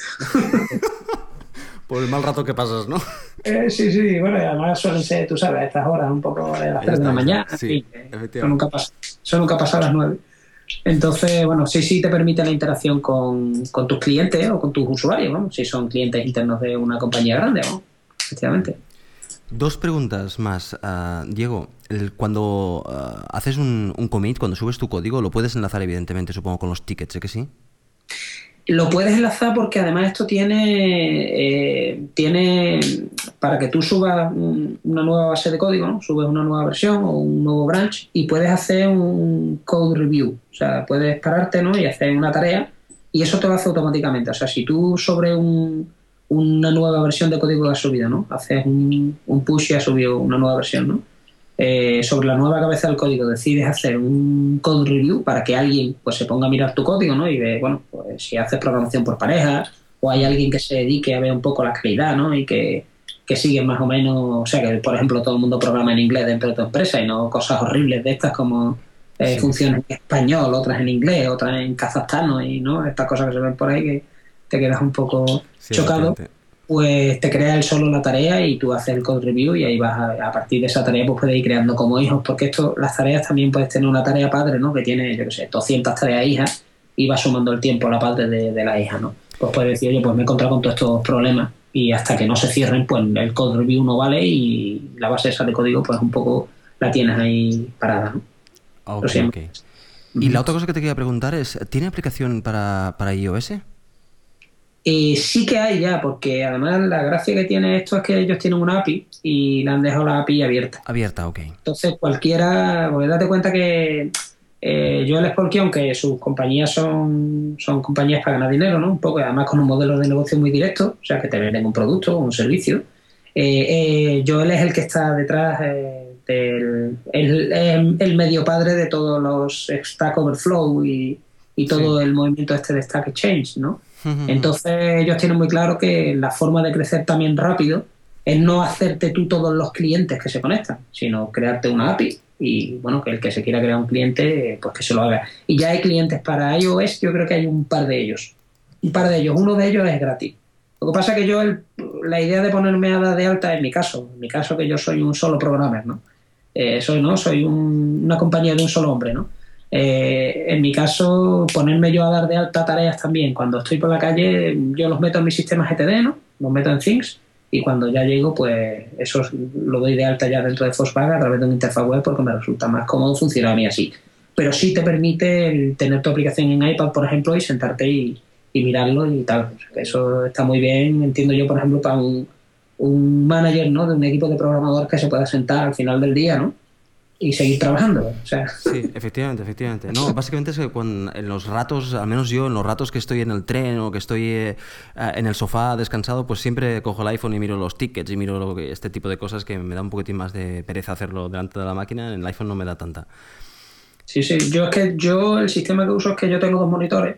Por el mal rato que pasas, ¿no? Eh, sí, sí, bueno, y además suelen ser, tú sabes, a estas horas, un poco de las tres de la mañana, sí, en fin, eso nunca pasa, eso nunca pasa a las nueve. Entonces, bueno, sí, sí te permite la interacción con, con tus clientes o con tus usuarios, ¿no?, si son clientes internos de una compañía grande, ¿no?, efectivamente. Dos preguntas más. Uh, Diego, el, cuando uh, haces un, un commit, cuando subes tu código, lo puedes enlazar evidentemente, supongo, con los tickets, ¿eh que sí? Lo puedes enlazar porque además esto tiene, eh, tiene para que tú subas un, una nueva base de código, ¿no?, subes una nueva versión o un nuevo branch y puedes hacer un code review. O sea, puedes pararte, ¿no?, y hacer una tarea, y eso te lo hace automáticamente. O sea, si tú sobre un, una nueva versión de código que has subido, ¿no?, haces un, un push y has subido una nueva versión, ¿no?, Eh, sobre la nueva cabeza del código decides hacer un code review para que alguien pues se ponga a mirar tu código, ¿no?, y ve, bueno, pues si haces programación por parejas o hay alguien que se dedique a ver un poco la calidad, ¿no?, y que, que sigue más o menos, o sea, que por ejemplo todo el mundo programa en inglés dentro de tu empresa y no cosas horribles de estas como eh, sí. funciones en español, otras en inglés, otras en kazajstano, y no estas cosas que se ven por ahí que te quedas un poco sí, chocado. Pues te crea él solo la tarea y tú haces el code review, y ahí vas a, a partir de esa tarea pues puedes ir creando como hijos, porque esto, las tareas también puedes tener una tarea padre, ¿no?, que tiene, yo qué sé, doscientas tareas hijas, y va sumando el tiempo a la padre de, de la hija, ¿no? Pues puedes decir, oye, pues me he encontrado con todos estos problemas, y hasta que no se cierren, pues el code review no vale, y la base esa de código pues un poco la tienes ahí parada, ¿no? Okay, okay. Y la otra cosa que te quería preguntar es, ¿tiene aplicación para, para iOS? Eh, sí que hay ya, porque además la gracia que tiene esto es que ellos tienen una A P I y le han dejado la A P I abierta. Abierta, ok. Entonces cualquiera, pues date cuenta que eh, Joel Spolky, aunque sus compañías son, son compañías para ganar dinero, ¿no?, un poco, además con un modelo de negocio muy directo, o sea, que te venden un producto o un servicio, eh, eh, Joel es el que está detrás eh, del el, el, el medio padre de todos los Stack Overflow y, y todo sí. el movimiento este de Stack Exchange, ¿no? Entonces ellos tienen muy claro que la forma de crecer también rápido es no hacerte tú todos los clientes que se conectan, sino crearte una A P I y, bueno, que el que se quiera crear un cliente, pues que se lo haga. Y ya hay clientes para iOS, yo creo que hay un par de ellos. Un par de ellos, uno de ellos es gratis. Lo que pasa es que yo, el, la idea de ponerme a dar de alta, en mi caso, en mi caso que yo soy un solo programmer, ¿no? Eh, soy, ¿no? Soy un, una compañía de un solo hombre, ¿no? Eh, en mi caso, ponerme yo a dar de alta tareas también. Cuando estoy por la calle, yo los meto en mi sistema G T D, ¿no?, los meto en Things, y cuando ya llego, pues eso lo doy de alta ya dentro de Fosbach a través de una interfaz web, porque me resulta más cómodo funcionar a mí así. Pero sí te permite el tener tu aplicación en iPad, por ejemplo, y sentarte y, y mirarlo y tal. O sea, que eso está muy bien, entiendo yo, por ejemplo, para un, un manager, ¿no?, de un equipo de programadores que se pueda sentar al final del día, ¿no?, y seguir trabajando, o sea. Sí, efectivamente, efectivamente. No, básicamente es que cuando, en los ratos, al menos yo, en los ratos que estoy en el tren o que estoy eh, en el sofá descansado, pues siempre cojo el iPhone y miro los tickets y miro lo que, este tipo de cosas que me da un poquitín más de pereza hacerlo delante de la máquina. En el iPhone no me da tanta. Sí, sí. Yo es que yo, el sistema que uso es que yo tengo dos monitores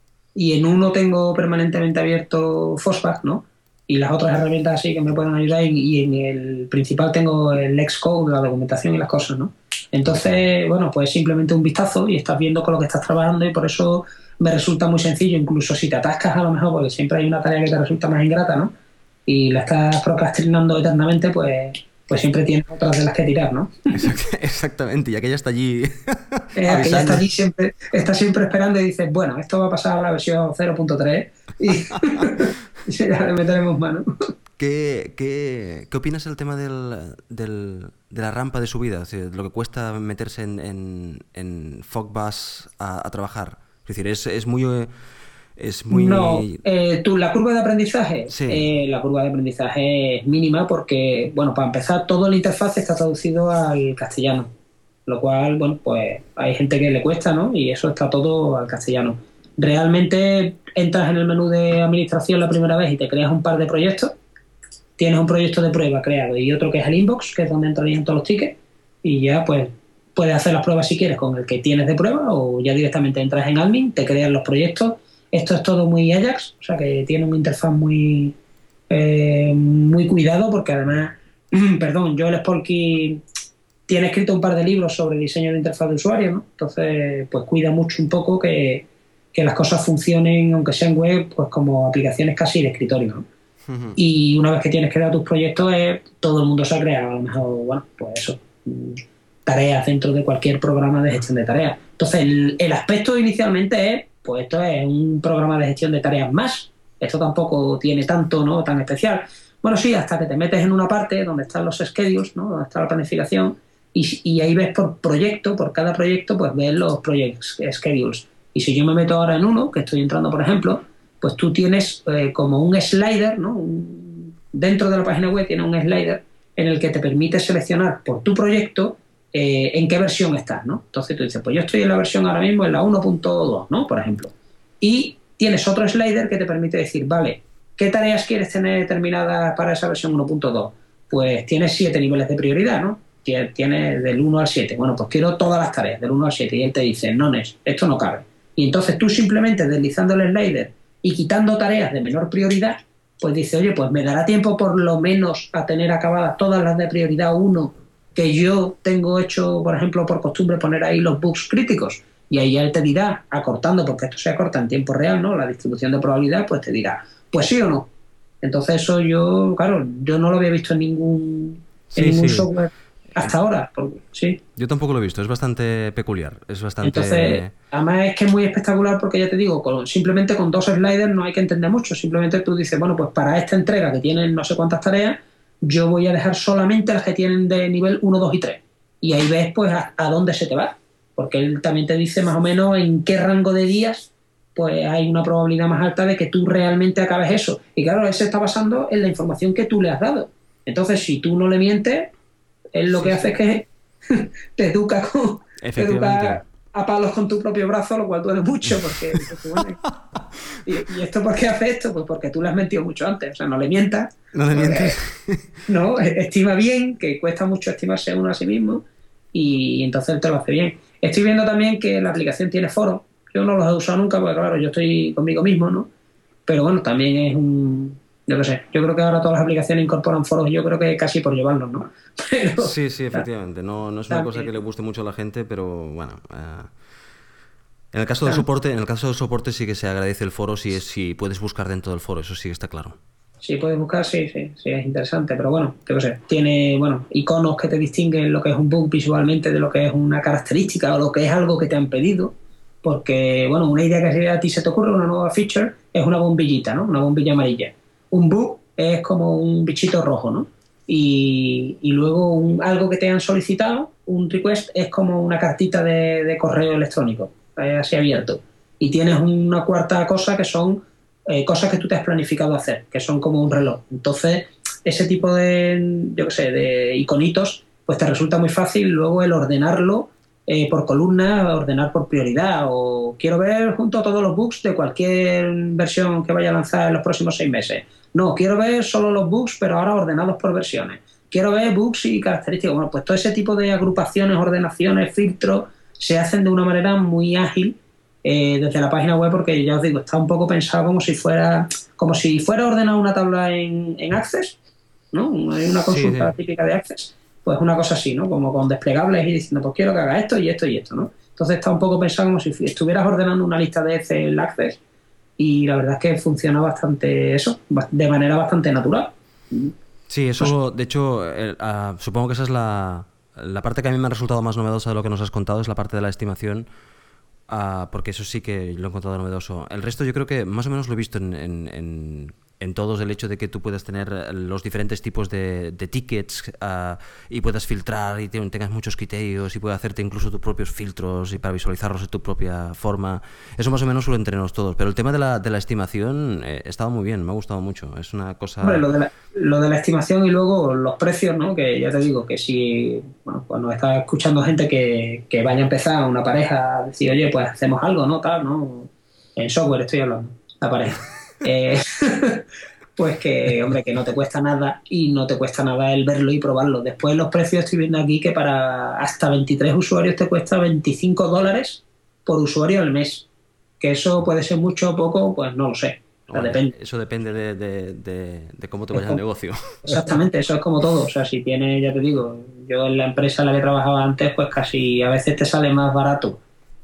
y en uno tengo permanentemente abierto Fosbach, ¿no?, y las otras herramientas así que me pueden ayudar, y, y en el principal tengo el Xcode, la documentación y las cosas, ¿no? Entonces, bueno, pues simplemente un vistazo y estás viendo con lo que estás trabajando, y por eso me resulta muy sencillo, incluso si te atascas a lo mejor, porque siempre hay una tarea que te resulta más ingrata, ¿no?, y la estás procrastinando eternamente, pues, pues siempre tienes otras de las que tirar, ¿no? Exactamente, y aquella está allí eh, aquella está allí siempre, está siempre esperando y dices, bueno, esto va a pasar a la versión cero punto tres y, y ya le meteremos mano. ¿Qué, qué, ¿Qué opinas del tema del, del, de la rampa de subida? O sea, lo que cuesta meterse en, en, en Fogbus a, a trabajar. Es decir, es, es muy... Es muy... No, eh, tú, la curva de aprendizaje, Sí. eh, la curva de aprendizaje es mínima porque, bueno, para empezar, todo el interfaz está traducido al castellano, lo cual, bueno, pues hay gente que le cuesta, ¿no? Y eso está todo al castellano. Realmente entras en el menú de administración la primera vez y te creas un par de proyectos, tienes un proyecto de prueba creado y otro que es el inbox, que es donde entrarían todos los tickets, y ya pues puedes hacer las pruebas si quieres con el que tienes de prueba o ya directamente entras en admin, te creas los proyectos. Esto es todo muy Ajax, o sea que tiene una interfaz muy, eh, muy cuidado porque además, perdón, Joel Spolky tiene escrito un par de libros sobre diseño de interfaz de usuario, ¿no? Entonces, pues cuida mucho un poco que, que las cosas funcionen, aunque sean web, pues como aplicaciones casi de escritorio, ¿no? Uh-huh. Y una vez que tienes creado tus proyectos, eh, todo el mundo se ha creado, a lo mejor, bueno, pues eso, tareas dentro de cualquier programa de gestión de tareas. Entonces, el, el aspecto inicialmente es, pues esto es un programa de gestión de tareas más. Esto tampoco tiene tanto, ¿no? Tan especial. Bueno, sí, hasta que te metes en una parte donde están los schedules, ¿no? Donde está la planificación, y, y ahí ves por proyecto, por cada proyecto, pues ves los project schedules. Y si yo me meto ahora en uno, que estoy entrando, por ejemplo, pues tú tienes eh, como un slider, ¿no? Un, dentro de la página web tiene un slider en el que te permite seleccionar por tu proyecto eh, en qué versión estás, ¿no? Entonces tú dices, pues yo estoy en la versión ahora mismo en la uno punto dos, ¿no? Por ejemplo. Y tienes otro slider que te permite decir, vale, ¿qué tareas quieres tener terminadas para esa versión uno punto dos? Pues tienes siete niveles de prioridad, ¿no? Tienes del uno al siete. Bueno, pues quiero todas las tareas del uno al siete. Y él te dice, no, Nes, esto no cabe. Y entonces tú simplemente deslizando el slider y quitando tareas de menor prioridad, pues dice, oye, pues me dará tiempo por lo menos a tener acabadas todas las de prioridad uno que yo tengo hecho, por ejemplo, por costumbre poner ahí los bugs críticos. Y ahí él te dirá, acortando, porque esto se acorta en tiempo real, ¿no? La distribución de probabilidad, pues te dirá, pues sí o no. Entonces eso yo, claro, yo no lo había visto en ningún, sí, en ningún sí. software hasta ahora. Porque, sí. Yo tampoco lo he visto, es bastante peculiar. Es bastante... Entonces, además es que es muy espectacular porque ya te digo, con, simplemente con dos sliders no hay que entender mucho. Simplemente tú dices, bueno, pues para esta entrega que tienen no sé cuántas tareas, yo voy a dejar solamente las que tienen de nivel uno, dos y tres. Y ahí ves pues a, a dónde se te va. Porque él también te dice más o menos en qué rango de días pues hay una probabilidad más alta de que tú realmente acabes eso. Y claro, él se está basando en la información que tú le has dado. Entonces, si tú no le mientes, él lo sí, que hace sí. es que te educa, con, te educa a palos con tu propio brazo, lo cual duele mucho. Porque, bueno, ¿y, ¿Y esto por qué hace esto? Pues porque tú le has mentido mucho antes. O sea, no le mientas. No le mientes. No, estima bien, que cuesta mucho estimarse uno a sí mismo. Y entonces él te lo hace bien. Estoy viendo también que la aplicación tiene foros. Yo no los he usado nunca porque, claro, yo estoy conmigo mismo, ¿no? Pero bueno, también es un... Yo qué sé. Yo creo que ahora todas las aplicaciones incorporan foros. Yo creo que casi por llevarlos, ¿no? Pero, sí, sí, efectivamente. No, no es una también. cosa que le guste mucho a la gente, pero bueno... Uh... En el caso del soporte, en el caso del soporte sí que se agradece el foro si, es, si puedes buscar dentro del foro. Eso sí que está claro. Sí, puedes buscar, sí, sí, sí, es interesante, pero bueno, qué sé, tiene, bueno, iconos que te distinguen lo que es un bug visualmente de lo que es una característica o lo que es algo que te han pedido, porque, bueno, una idea que a ti se te ocurre, una nueva feature, es una bombillita, ¿no? Una bombilla amarilla. Un bug es como un bichito rojo, ¿no? Y, y luego un, algo que te han solicitado, un request, es como una cartita de, de correo electrónico, eh, así abierto. Y tienes una cuarta cosa que son Eh, cosas que tú te has planificado hacer, que son como un reloj. Entonces, ese tipo de, yo qué sé, de iconitos, pues te resulta muy fácil luego el ordenarlo eh, por columna, ordenar por prioridad, o quiero ver junto a todos los bugs de cualquier versión que vaya a lanzar en los próximos seis meses. No, quiero ver solo los bugs, pero ahora ordenados por versiones. Quiero ver bugs y características. Bueno, pues todo ese tipo de agrupaciones, ordenaciones, filtros, se hacen de una manera muy ágil Eh, desde la página web, porque ya os digo, está un poco pensado como si fuera como si fuera ordenada una tabla en, en Access, ¿no? Hay una consulta sí, sí. típica de Access, pues una cosa así, ¿no? Como con desplegables y diciendo, pues quiero que haga esto y esto y esto, ¿no? Entonces está un poco pensado como si estuvieras ordenando una lista de Excel Access y la verdad es que funciona bastante eso, de manera bastante natural. Sí, eso, de hecho, eh, uh, supongo que esa es la, la parte que a mí me ha resultado más novedosa de lo que nos has contado, es la parte de la estimación. Uh, porque eso sí que lo he encontrado novedoso. El resto yo creo que más o menos lo he visto en, en, en, en todos el hecho de que tú puedas tener los diferentes tipos de, de tickets uh, y puedas filtrar y tengas muchos criterios y puedas hacerte incluso tus propios filtros y para visualizarlos de tu propia forma. Eso más o menos suelen tenerlos todos. Pero el tema de la, de la estimación eh, estaba muy bien, me ha gustado mucho. Es una cosa... Hombre, lo de, la, lo de la estimación y luego los precios, ¿no? Que ya te digo que si, bueno, cuando está escuchando gente que, que vaya a empezar una pareja a decir, oye, pues hacemos algo, ¿no? Tal, ¿no? En software estoy hablando, la pareja. eh, pues que, hombre, que no te cuesta nada y no te cuesta nada el verlo y probarlo. Después los precios estoy viendo aquí que para hasta veintitrés usuarios te cuesta veinticinco dólares por usuario al mes. Que eso puede ser mucho o poco, pues no lo sé. O sea, Hombre, depende. Eso depende de, de, de, de cómo te vaya el negocio. Exactamente, eso es como todo. O sea, si tienes, ya te digo, yo en la empresa en la que trabajaba antes, pues casi a veces te sale más barato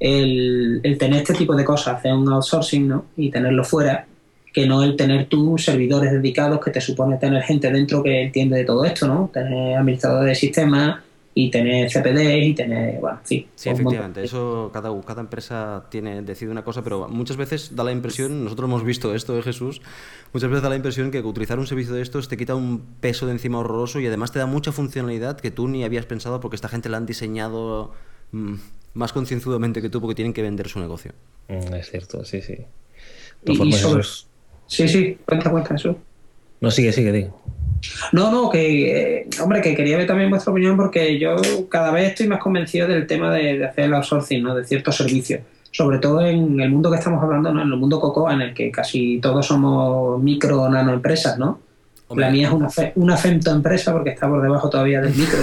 el, el tener este tipo de cosas, hacer un outsourcing, ¿no? Y tenerlo fuera, que no el tener tus servidores dedicados, que te supone tener gente dentro que entiende de todo esto, ¿no? Tener administradores de sistemas y tener C P Ds y tener, bueno, sí. Sí, efectivamente, eso cada, cada empresa tiene decide una cosa, pero muchas veces da la impresión, nosotros hemos visto esto de Jesús, muchas veces da la impresión que utilizar un servicio de estos te quita un peso de encima horroroso y además te da mucha funcionalidad que tú ni habías pensado porque esta gente la han diseñado mmm, más concienzudamente que tú porque tienen que vender su negocio. Mm, es cierto, sí, sí. Y, y sobre... es... Sí, sí, cuenta, cuenta eso. No, sigue, sigue, digo. No, no, que, eh, hombre, que quería ver también vuestra opinión porque yo cada vez estoy más convencido del tema de, de hacer el outsourcing, ¿no? De ciertos servicios, sobre todo en el mundo que estamos hablando, ¿no? En el mundo cocoa, en el que casi todos somos micro o nano empresas, ¿no? Hombre. La mía es una, fe, una femtoempresa porque está por debajo todavía del micro.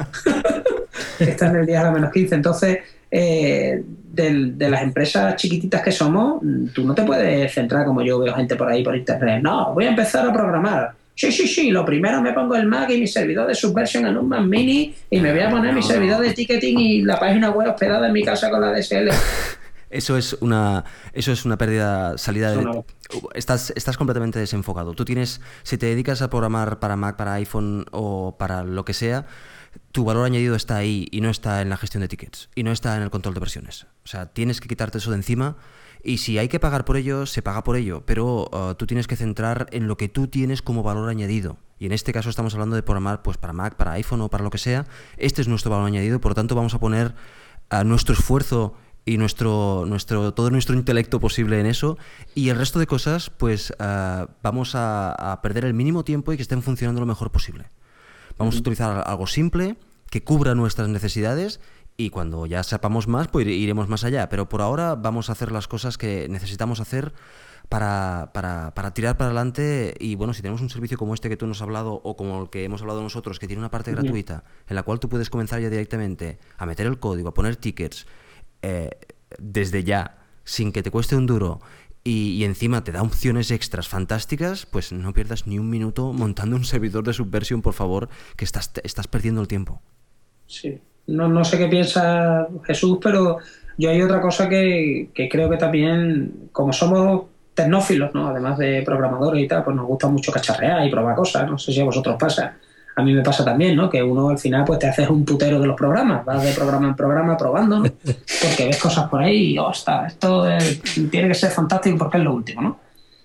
Está en el diez a la menos quince, entonces... Eh, de, de las empresas chiquititas que somos, tú no te puedes centrar como yo veo gente por ahí por internet. No, voy a empezar a programar. Sí, sí, sí, lo primero me pongo el Mac y mi servidor de Subversion en un Mac Mini y me voy a poner mi servidor de ticketing y la página web hospedada en mi casa con la D S L. Eso es una eso es una pérdida salida de no. estás estás completamente desenfocado. Tú tienes si te dedicas a programar para Mac, para iPhone o para lo que sea, tu valor añadido está ahí y no está en la gestión de tickets y no está en el control de versiones. O sea, tienes que quitarte eso de encima y si hay que pagar por ello, se paga por ello, pero uh, tú tienes que centrar en lo que tú tienes como valor añadido. Y en este caso estamos hablando de programar pues para Mac, para iPhone o para lo que sea. Este es nuestro valor añadido, por lo tanto vamos a poner uh, nuestro esfuerzo y nuestro nuestro todo nuestro intelecto posible en eso y el resto de cosas pues uh, vamos a, a perder el mínimo tiempo y que estén funcionando lo mejor posible. Vamos a utilizar algo simple, que cubra nuestras necesidades y cuando ya sepamos más, pues iremos más allá. Pero por ahora vamos a hacer las cosas que necesitamos hacer para, para, para tirar para adelante. Y bueno, si tenemos un servicio como este que tú nos has hablado o como el que hemos hablado nosotros, que tiene una parte gratuita, en la cual tú puedes comenzar ya directamente a meter el código, a poner tickets eh, desde ya, sin que te cueste un duro... Y, y encima te da opciones extras fantásticas, pues no pierdas ni un minuto montando un servidor de Subversion, por favor, que estás, estás perdiendo el tiempo. Sí, no, no sé qué piensa Jesús, pero yo hay otra cosa que, que creo que también, como somos tecnófilos, ¿no? Además de programadores y tal, pues nos gusta mucho cacharrear y probar cosas, no sé si a vosotros pasa. A mí me pasa también, ¿no? Que uno al final pues te haces un putero de los programas, vas de programa en programa probando, ¿no? Porque ves cosas por ahí y, ostras, esto es, tiene que ser fantástico porque es lo último, ¿no?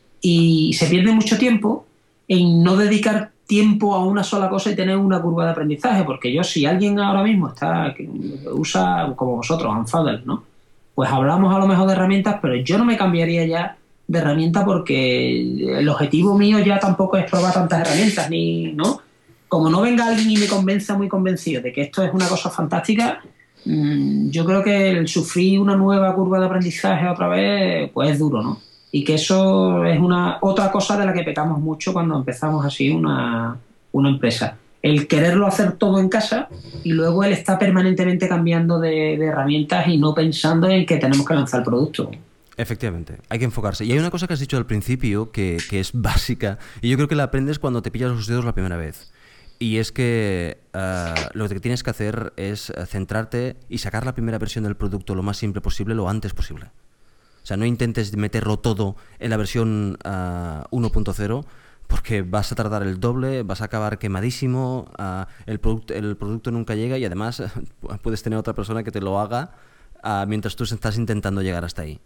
Y se pierde mucho tiempo en no dedicar tiempo a una sola cosa y tener una curva de aprendizaje, porque yo, si alguien ahora mismo está que usa, como vosotros, Unfathom, ¿no? Pues hablamos a lo mejor de herramientas, pero yo no me cambiaría ya de herramienta porque el objetivo mío ya tampoco es probar tantas herramientas, ni, ¿no? Como no venga alguien y me convenza muy convencido de que esto es una cosa fantástica, mmm, yo creo que el sufrir una nueva curva de aprendizaje otra vez, pues es duro, ¿no? Y que eso es una otra cosa de la que pecamos mucho cuando empezamos así una, una empresa. El quererlo hacer todo en casa y luego él está permanentemente cambiando de, de herramientas y no pensando en que tenemos que lanzar el producto. Efectivamente, hay que enfocarse. Y hay una cosa que has dicho al principio que, que es básica y yo creo que la aprendes cuando te pillas los dedos la primera vez. Y es que uh, lo que tienes que hacer es centrarte y sacar la primera versión del producto lo más simple posible, lo antes posible. O sea, no intentes meterlo todo en la versión uh, uno punto cero porque vas a tardar el doble, vas a acabar quemadísimo, uh, el, product, el producto nunca llega y además puedes tener otra persona que te lo haga uh, mientras tú estás intentando llegar hasta ahí.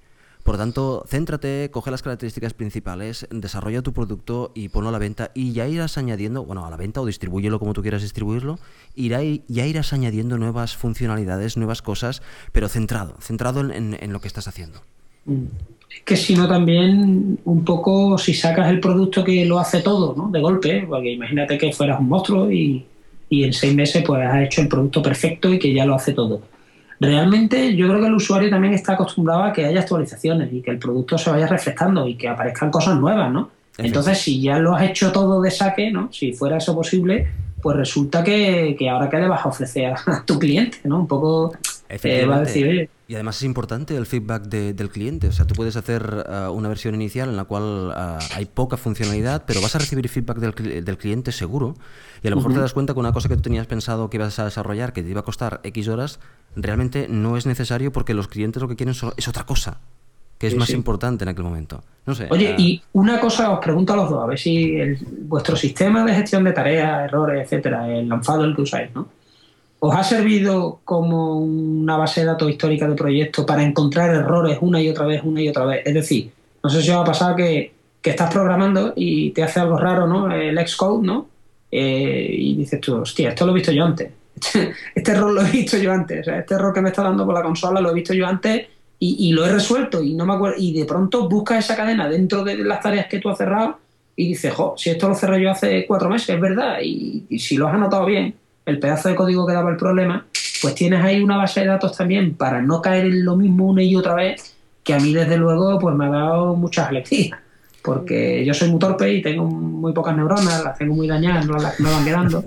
Por lo tanto, céntrate, coge las características principales, desarrolla tu producto y ponlo a la venta y ya irás añadiendo, bueno, a la venta o distribúyelo como tú quieras distribuirlo, irá, ya irás añadiendo nuevas funcionalidades, nuevas cosas, pero centrado, centrado en, en, en lo que estás haciendo. Es que si no también un poco si sacas el producto que lo hace todo, ¿no? De golpe, porque imagínate que fueras un monstruo y, y en seis meses pues has hecho el producto perfecto y que ya lo hace todo. Realmente yo creo que el usuario también está acostumbrado a que haya actualizaciones y que el producto se vaya refrescando y que aparezcan cosas nuevas, ¿no? Entonces, si ya lo has hecho todo de saque, ¿no? Si fuera eso posible, pues resulta que, que ahora que le vas a ofrecer a tu cliente, ¿no? Un poco eh, va a decir, oye. Y además es importante el feedback de, del cliente. O sea, tú puedes hacer uh, una versión inicial en la cual uh, hay poca funcionalidad, pero vas a recibir feedback del, del cliente seguro. Y a lo mejor uh-huh. te das cuenta que una cosa que tú tenías pensado que ibas a desarrollar, que te iba a costar X horas, realmente no es necesario porque los clientes lo que quieren son, es otra cosa, que es sí, más sí. importante en aquel momento. No sé. Oye, uh, y una cosa os pregunto a los dos, a ver si el, vuestro sistema de gestión de tareas, errores, etcétera, el lanzado el que usáis, ¿no? ¿Os ha servido como una base de datos histórica de proyecto para encontrar errores una y otra vez, una y otra vez? Es decir, no sé si os ha pasado que, que estás programando y te hace algo raro, ¿no? El Xcode, ¿no? Eh, y dices tú, hostia, esto lo he visto yo antes. Este error lo he visto yo antes. O sea, este error que me está dando por la consola lo he visto yo antes y, y lo he resuelto y no me acuerdo. Y de pronto buscas esa cadena dentro de las tareas que tú has cerrado y dices, jo, si esto lo cerré yo hace cuatro meses, es verdad. Y, y si lo has anotado bien, el pedazo de código que daba el problema, pues tienes ahí una base de datos también para no caer en lo mismo una y otra vez, que a mí desde luego pues me ha dado muchas alegrías, porque yo soy muy torpe y tengo muy pocas neuronas, las tengo muy dañadas, no las me van quedando,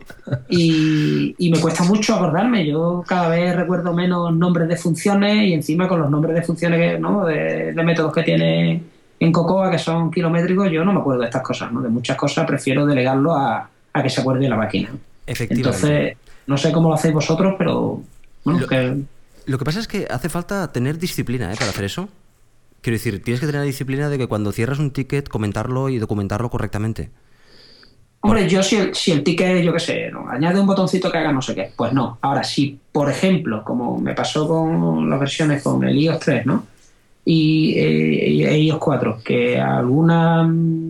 y, y me cuesta mucho acordarme. Yo cada vez recuerdo menos nombres de funciones y encima con los nombres de funciones, que, ¿no? de, de métodos que tiene en Cocoa, que son kilométricos, yo no me acuerdo de estas cosas, ¿no? De muchas cosas prefiero delegarlo a, a que se acuerde la máquina. Entonces, no sé cómo lo hacéis vosotros, pero bueno, lo, que... lo que pasa es que hace falta tener disciplina, ¿eh? Para hacer eso. Quiero decir, tienes que tener la disciplina de que cuando cierras un ticket, comentarlo y documentarlo correctamente. Hombre, yo si el, si el ticket, yo qué sé, ¿no? Añade un botoncito que haga no sé qué, pues no. Ahora, si, por ejemplo, como me pasó con las versiones con el iOS tres, ¿no? Y eh, iOS cuatro, que algunas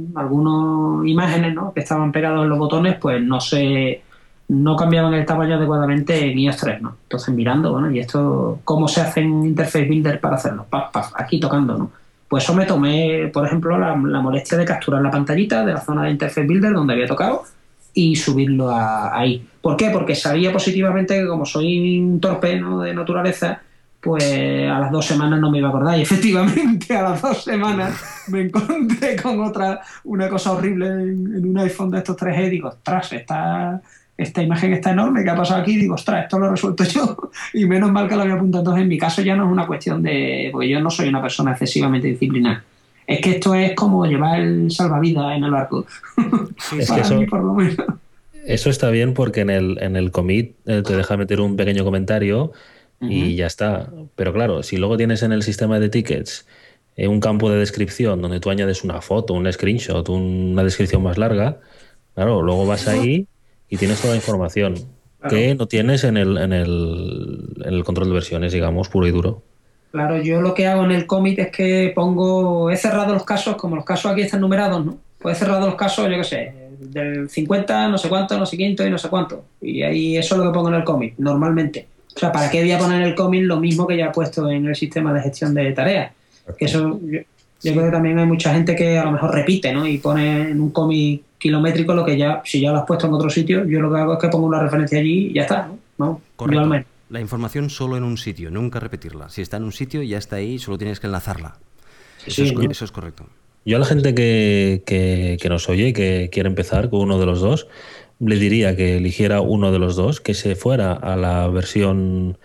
algunas imágenes, ¿no? Que estaban pegadas en los botones, pues no se... no cambiaban el tamaño adecuadamente en iOS tres, ¿no? Entonces mirando, bueno, ¿y esto cómo se hace en Interface Builder para hacerlo? Paf, paf, aquí tocando, ¿no? Pues eso me tomé, por ejemplo, la, la molestia de capturar la pantallita de la zona de Interface Builder donde había tocado y subirlo a, ahí. ¿Por qué? Porque sabía positivamente que como soy un torpe, ¿no? De naturaleza, pues a las dos semanas no me iba a acordar. Y efectivamente a las dos semanas me encontré con otra, una cosa horrible en, en un iPhone de estos tres G y digo, ostras, esta... esta imagen está enorme, ¿qué ha pasado aquí? Digo, ostras, esto lo he resuelto yo y menos mal que lo había apuntado. Entonces, en mi caso ya no es una cuestión de... porque yo no soy una persona excesivamente disciplinada. Es que esto es como llevar el salvavidas en el barco. Sí, es que eso, mí, por lo menos. Eso está bien porque en el, en el commit eh, te deja meter un pequeño comentario y uh-huh. ya está. Pero claro, si luego tienes en el sistema de tickets eh, un campo de descripción donde tú añades una foto, un screenshot, una descripción más larga, claro, luego vas ahí y tienes toda la información claro. que no tienes en el, en, el, en el control de versiones, digamos, puro y duro. Claro, yo lo que hago en el commit es que pongo, he cerrado los casos, como los casos aquí están numerados, ¿no? Pues he cerrado los casos, yo qué sé, del cincuenta, no sé cuánto, no sé quinto y no sé cuánto. Y ahí eso es lo que pongo en el commit, normalmente. O sea, ¿para qué voy a poner en el commit lo mismo que ya he puesto en el sistema de gestión de tareas? Okay. Que eso, yo, yo creo que también hay mucha gente que a lo mejor repite, ¿no? Y pone en un commit kilométrico lo que ya, si ya lo has puesto en otro sitio, yo lo que hago es que pongo una referencia allí y ya está, ¿no? ¿No? Correcto. Yo al menos. La información solo en un sitio, nunca repetirla. Si está en un sitio, ya está ahí, solo tienes que enlazarla. Eso, sí, es, yo, eso es correcto. Yo a la gente que, que, que nos oye y que quiere empezar con uno de los dos, le diría que eligiera uno de los dos, que se fuera a la versión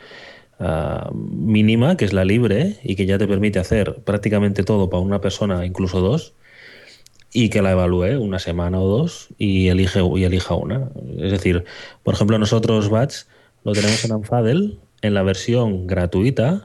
uh, mínima, que es la libre, y que ya te permite hacer prácticamente todo para una persona, incluso dos, y que la evalúe una semana o dos y, elige, y elija una. Es decir, por ejemplo, nosotros Batch lo tenemos en Anfadel en la versión gratuita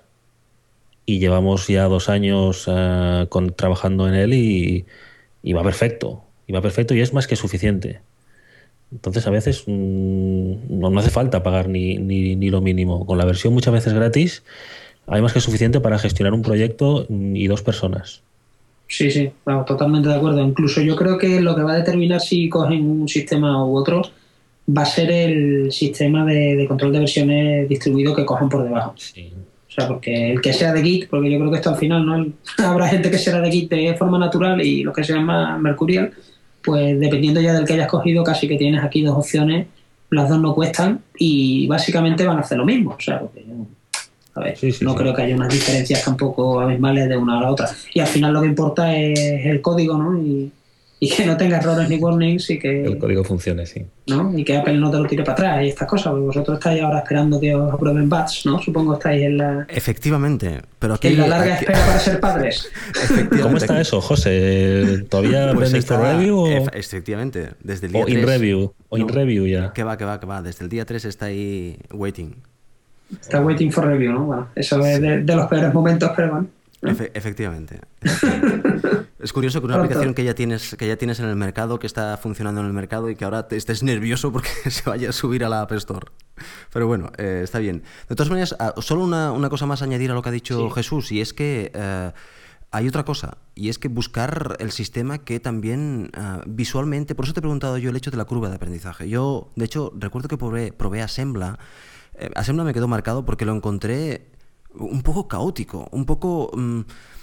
y llevamos ya dos años uh, con, trabajando en él y, y va perfecto. Y va perfecto y es más que suficiente. Entonces a veces mmm, no, no hace falta pagar ni, ni, ni lo mínimo. Con la versión muchas veces gratis hay más que suficiente para gestionar un proyecto y dos personas. Sí, sí, vamos, totalmente de acuerdo. Incluso yo creo que lo que va a determinar si cogen un sistema u otro va a ser el sistema de, de control de versiones distribuido que cojan por debajo. Sí. O sea, porque el que sea de Git, porque yo creo que esto al final no habrá gente que será de Git de forma natural y los que sean más mercurial, pues dependiendo ya del que hayas cogido, casi que tienes aquí dos opciones, las dos no cuestan y básicamente van a hacer lo mismo. O sea, porque a ver, sí, sí, no sí. creo que haya unas diferencias tampoco abismales de una a la otra. Y al final lo que importa es el código, ¿no? Y, y que no tenga errores ni warnings y que el código funcione, sí. ¿no? Y que Apple no te lo tire para atrás y estas cosas, porque vosotros estáis ahora esperando que os aprueben bats, ¿no? Supongo que estáis en la... Efectivamente, pero aquí... En la larga aquí... espera para ser padres. ¿Cómo está eso, José? ¿Todavía pues pending for review? O... Efectivamente, desde el día o tres... in review, o in no, review ya. Que va, que va, que va, desde el día tres está ahí waiting. Está waiting for review, ¿no? Bueno, eso es de, de los peores momentos, pero bueno. ¿no? Efe, efectivamente. efectivamente. Es curioso que una Pronto. aplicación que ya tienes que ya tienes en el mercado, que está funcionando en el mercado y que ahora te estés nervioso porque se vaya a subir a la App Store. Pero bueno, eh, está bien. De todas maneras, solo una, una cosa más a añadir a lo que ha dicho sí. Jesús, y es que eh, hay otra cosa, y es que buscar el sistema que también uh, visualmente, por eso te he preguntado yo el hecho de la curva de aprendizaje. Yo, de hecho, recuerdo que probé, probé Assembla. Eh, Assembla me quedó marcado porque lo encontré un poco caótico, un poco... Um,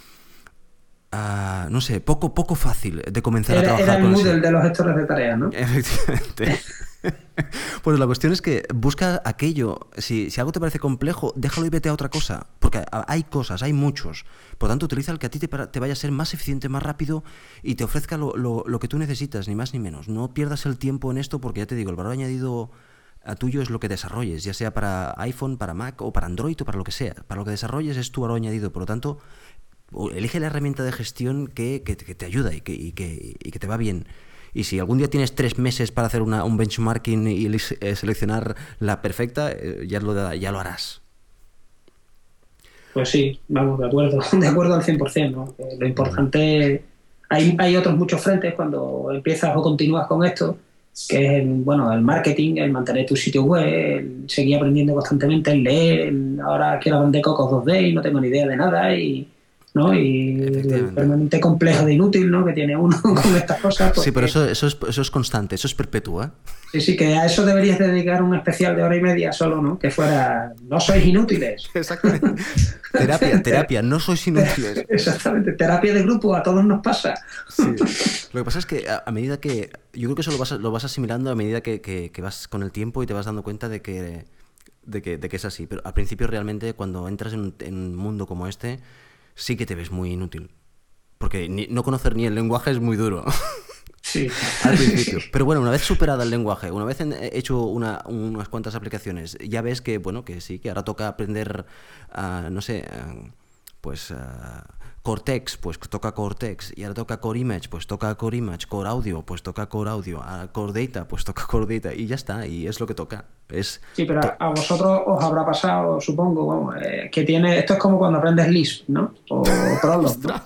Uh, no sé, poco poco fácil de comenzar era, a trabajar era el con Moodle ese... de los gestores de tareas, ¿no? Efectivamente. Pues la cuestión es que busca aquello, si, si algo te parece complejo, déjalo y vete a otra cosa, porque hay cosas, hay muchos, por tanto utiliza el que a ti te, te vaya a ser más eficiente, más rápido y te ofrezca lo, lo, lo que tú necesitas, ni más ni menos. No pierdas el tiempo en esto porque ya te digo, el valor añadido a tuyo es lo que desarrolles, ya sea para iPhone, para Mac o para Android o para lo que sea. Para lo que desarrolles es tu valor añadido, por lo tanto... elige la herramienta de gestión que, que, que te ayuda y que, y, que, y que te va bien. Y si algún día tienes tres meses para hacer una, un benchmarking y eh, seleccionar la perfecta, eh, ya, lo, ya lo harás. Pues sí, vamos, de acuerdo, de acuerdo al cien por ciento, ¿no? Que lo importante, hay, hay otros muchos frentes cuando empiezas o continúas con esto, que es el, bueno, el marketing, el mantener tu sitio web, el seguir aprendiendo constantemente, el leer, el, ahora quiero aprender Cocos dos D y no tengo ni idea de nada y... ¿no? Y el permanente complejo de inútil, ¿no? Que tiene uno con estas cosas. Sí, pero eso, eso, es, eso es constante, eso es perpetuo, ¿eh? Sí, sí, que a eso deberías dedicar un especial de hora y media solo, ¿no? Que fuera, no sois inútiles. Exactamente. Terapia, terapia, no sois inútiles. Exactamente, terapia de grupo, a todos nos pasa. Sí. Lo que pasa es que a, a medida que, yo creo que eso lo vas, lo vas asimilando a medida que, que, que vas con el tiempo y te vas dando cuenta de que, de que, de que es así. Pero al principio realmente cuando entras en, en un mundo como este, sí que te ves muy inútil. Porque ni, no conocer ni el lenguaje es muy duro. Sí. Al principio. Pero bueno, una vez superada el lenguaje, una vez he hecho una, unas cuantas aplicaciones, ya ves que, bueno, que sí, que ahora toca aprender, uh, no sé, uh, pues uh, Cortex, pues toca Cortex, y ahora toca Core Image, pues toca Core Image, Core Audio, pues toca Core Audio, uh, Core Data, pues toca Core Data, y ya está, y es lo que toca. Es sí, pero a vosotros os habrá pasado, supongo, vamos, eh, que tiene, esto es como cuando aprendes Lisp, ¿no? O Prolog, ¿no?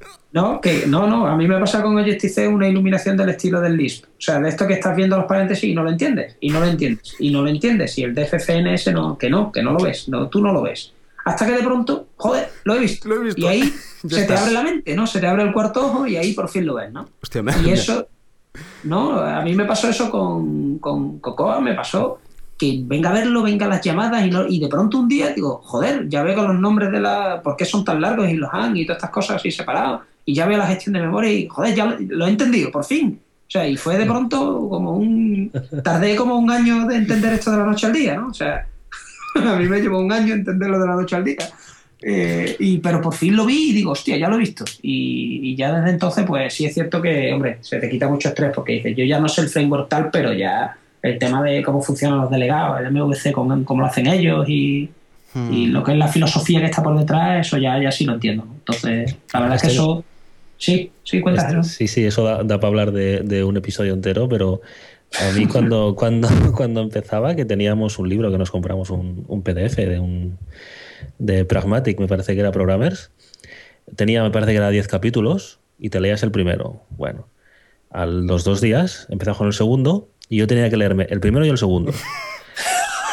No, que, no, no, a mí me pasa con Objective-C una iluminación del estilo del Lisp. O sea, de esto que estás viendo los paréntesis y no lo entiendes, y no lo entiendes, y no lo entiendes, y el D F C N S no, que no, que no lo ves, no, tú no lo ves. Hasta que de pronto, joder, lo he visto. Lo he visto. Y ahí se estás. te abre la mente, ¿no? Se te abre el cuarto ojo y ahí por fin lo ves, ¿no? Hostia, me... Y eso, ¿no? A mí me pasó eso con, con Cocoa, me pasó que venga a verlo, venga las llamadas y, no, y de pronto un día digo, joder, ya veo los nombres de la... ¿Por qué son tan largos y los han y todas estas cosas así separados? Y ya veo la gestión de memoria y, joder, ya lo, lo he entendido, por fin. O sea, y fue de pronto como un... Tardé como un año de entender esto de la noche al día, ¿no? O sea, a mí me llevó un año entenderlo de la noche al día. Eh, y, pero por fin lo vi y digo, hostia, ya lo he visto. Y, y ya desde entonces, pues sí es cierto que, hombre, se te quita mucho estrés porque dices, yo ya no sé el framework tal, pero ya el tema de cómo funcionan los delegados, el M V C, cómo, cómo lo hacen ellos y... Hmm. Y lo que es la filosofía que está por detrás, eso ya, ya sí lo entiendo. Entonces, la verdad es que eso... Sí, sí, cuéntaselo. Sí, sí, eso da, da para hablar de, de un episodio entero, pero a mí cuando, cuando, cuando empezaba, que teníamos un libro que nos compramos, un, un P D F de un de Pragmatic, me parece que era Programmers, tenía, me parece que era diez capítulos y te leías el primero. Bueno, a los dos días empezaba con el segundo y yo tenía que leerme el primero y el segundo.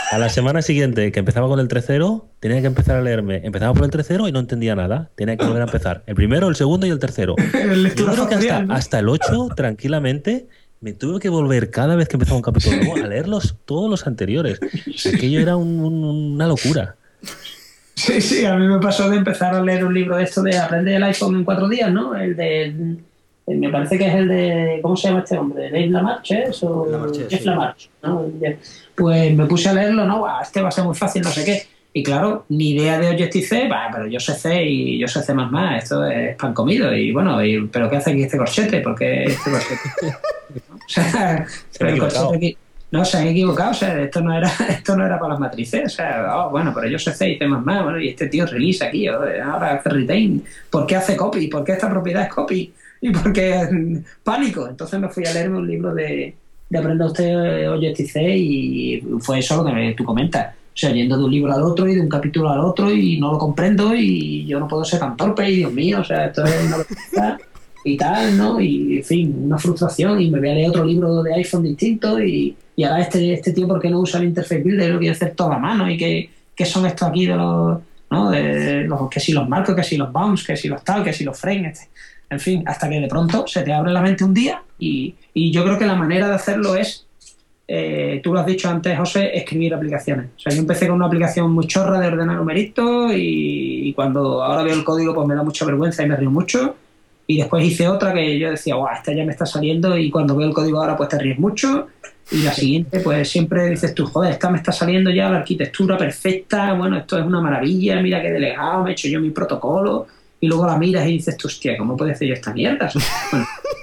A la semana siguiente, que empezaba con el tres cero, tenía que empezar a leerme. Empezaba por el tres cero y no entendía nada. Tenía que volver a empezar. El primero, el segundo y el tercero. Yo creo que hasta, hasta el ocho, tranquilamente, me tuve que volver cada vez que empezaba un capítulo nuevo a leerlos todos los anteriores. Aquello era un, un, una locura. Sí, sí, a mí me pasó de empezar a leer un libro de esto de aprender el iPhone en cuatro días, ¿no? El de... Me parece que es el de... ¿Cómo se llama este hombre? ¿Dave Lamarche? ¿Es? O Lamarche, Jeff sí. Lamarche, ¿no? Pues me puse a leerlo, ¿no? Este va a ser muy fácil, no sé qué. Y claro, ni idea de Objective-C, bah, pero yo sé C y yo sé C++, esto es pan comido. Y bueno, y, ¿pero qué hace aquí este corchete? ¿Por qué este corchete? O sea, Se pero han el equivocado. corchete aquí... No, se han equivocado, o sea, esto no era, esto no era para las matrices, o sea, oh, bueno, pero yo sé C y C++, bueno, y este tío release aquí, oh, ahora hace retain, ¿por qué hace copy? ¿Por qué esta propiedad es copy? ¿Y por qué mm, pánico? Entonces me fui a leerme un libro de, de Aprenda usted Objective-C y fue eso lo que tú comentas, o sea, yendo de un libro al otro y de un capítulo al otro y no lo comprendo y yo no puedo ser tan torpe y Dios mío, o sea, esto es una vergüenza y tal, ¿no? Y, en fin, una frustración y me voy a leer otro libro de iPhone distinto y Y ahora este, este tío, ¿por qué no usa el Interface Builder? Lo quiere hacer toda a mano. ¿Y qué, qué son estos aquí de los, ¿no? De los, que si los marcos, que si los bounds, que si los tal, que si los frames? Este. En fin, hasta que de pronto se te abre la mente un día y, y yo creo que la manera de hacerlo es, eh, tú lo has dicho antes, José, escribir aplicaciones. O sea, yo empecé con una aplicación muy chorra de ordenar numeritos y, y cuando ahora veo el código pues me da mucha vergüenza y me río mucho. Y después hice otra que yo decía, guau, esta ya me está saliendo y cuando veo el código ahora pues te ríes mucho. Y la siguiente, pues siempre dices tú, joder, esta me está saliendo ya la arquitectura perfecta, bueno, esto es una maravilla, mira qué delegado, me he hecho yo mi protocolo, y luego la miras y dices tú, hostia, ¿cómo puede hacer yo esta mierda? Bueno,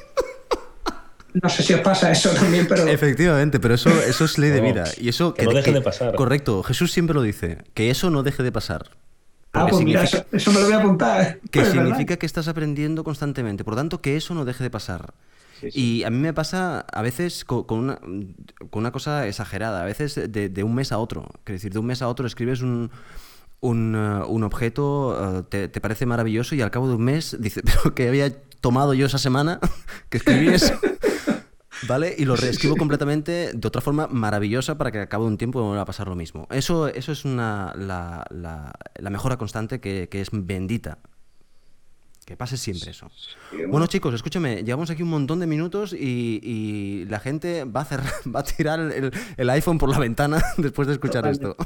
no sé si os pasa eso también, pero... Efectivamente, pero eso, eso es ley de No, vida. Y eso que no deje de pasar. Correcto, Jesús siempre lo dice, que eso no deje de pasar. Ah, pues mira, eso, eso me lo voy a apuntar. Que pues significa ¿verdad? que estás aprendiendo constantemente, por lo tanto, que eso no deje de pasar. Sí, sí. Y a mí me pasa a veces con, con, una, con una cosa exagerada, a veces de, de un mes a otro. Es decir, de un mes a otro escribes un, un, uh, un objeto, uh, te, te parece maravilloso y al cabo de un mes dices, pero que había tomado yo esa semana que escribí eso. ¿Vale? Y lo reescribo completamente de otra forma maravillosa para que al cabo de un tiempo me vuelva a pasar lo mismo. Eso, eso es una, la, la, la mejora constante que, que es bendita. Que pase siempre eso. Bueno, chicos, escúchame, llevamos aquí un montón de minutos y, y la gente va a cerrar, va a tirar el, el iPhone por la ventana después de escuchar esto.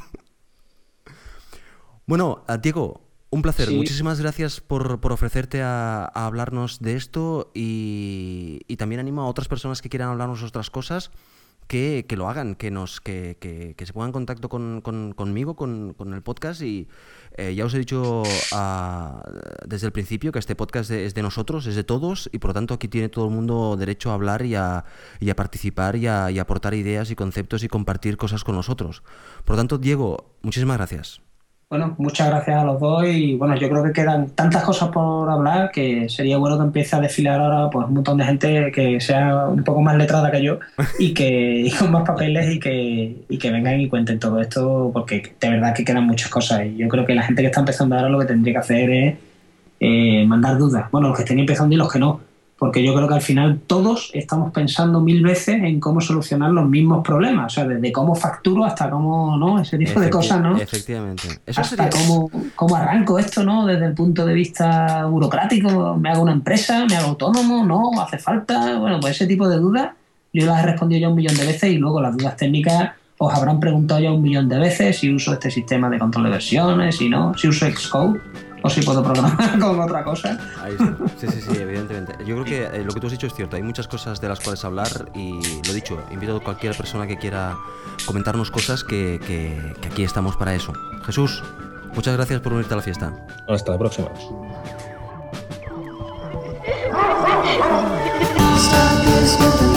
Bueno, Diego, un placer. Sí. Muchísimas gracias por, por ofrecerte a, a hablarnos de esto y, y también animo a otras personas que quieran hablarnos otras cosas que, que lo hagan, que nos que, que, que se pongan en contacto con, con, conmigo, con, con el podcast y eh, ya os he dicho uh, desde el principio que este podcast es de nosotros, es de todos y por lo tanto aquí tiene todo el mundo derecho a hablar y a, y a participar y a, y a aportar ideas y conceptos y compartir cosas con nosotros. Por lo tanto, Diego, muchísimas gracias. Bueno, muchas gracias a los dos y bueno, yo creo que quedan tantas cosas por hablar que sería bueno que empiece a desfilar ahora pues un montón de gente que sea un poco más letrada que yo y que y con más papeles y que, y que vengan y cuenten todo esto porque de verdad que quedan muchas cosas y yo creo que la gente que está empezando ahora lo que tendría que hacer es eh, mandar dudas, bueno, los que estén empezando y los que no, porque yo creo que al final todos estamos pensando mil veces en cómo solucionar los mismos problemas, o sea, desde cómo facturo hasta cómo, ¿no? Ese tipo Efecti- de cosas, ¿no? Efectivamente. Eso hasta sería... cómo, cómo arranco esto, ¿no? Desde el punto de vista burocrático, ¿me hago una empresa? ¿Me hago autónomo? ¿No? ¿Hace falta? Bueno, pues ese tipo de dudas yo las he respondido ya un millón de veces y luego las dudas técnicas os habrán preguntado ya un millón de veces si uso este sistema de control de versiones, si no, si uso Xcode o si puedo programar con otra cosa. Ahí está. Sí, sí, sí, evidentemente. Yo creo que eh, lo que tú has dicho es cierto. Hay muchas cosas de las cuales hablar y lo dicho, invito a cualquier persona que quiera comentarnos cosas que, que, que aquí estamos para eso. Jesús, muchas gracias por unirte a la fiesta. Hasta la próxima. Stop this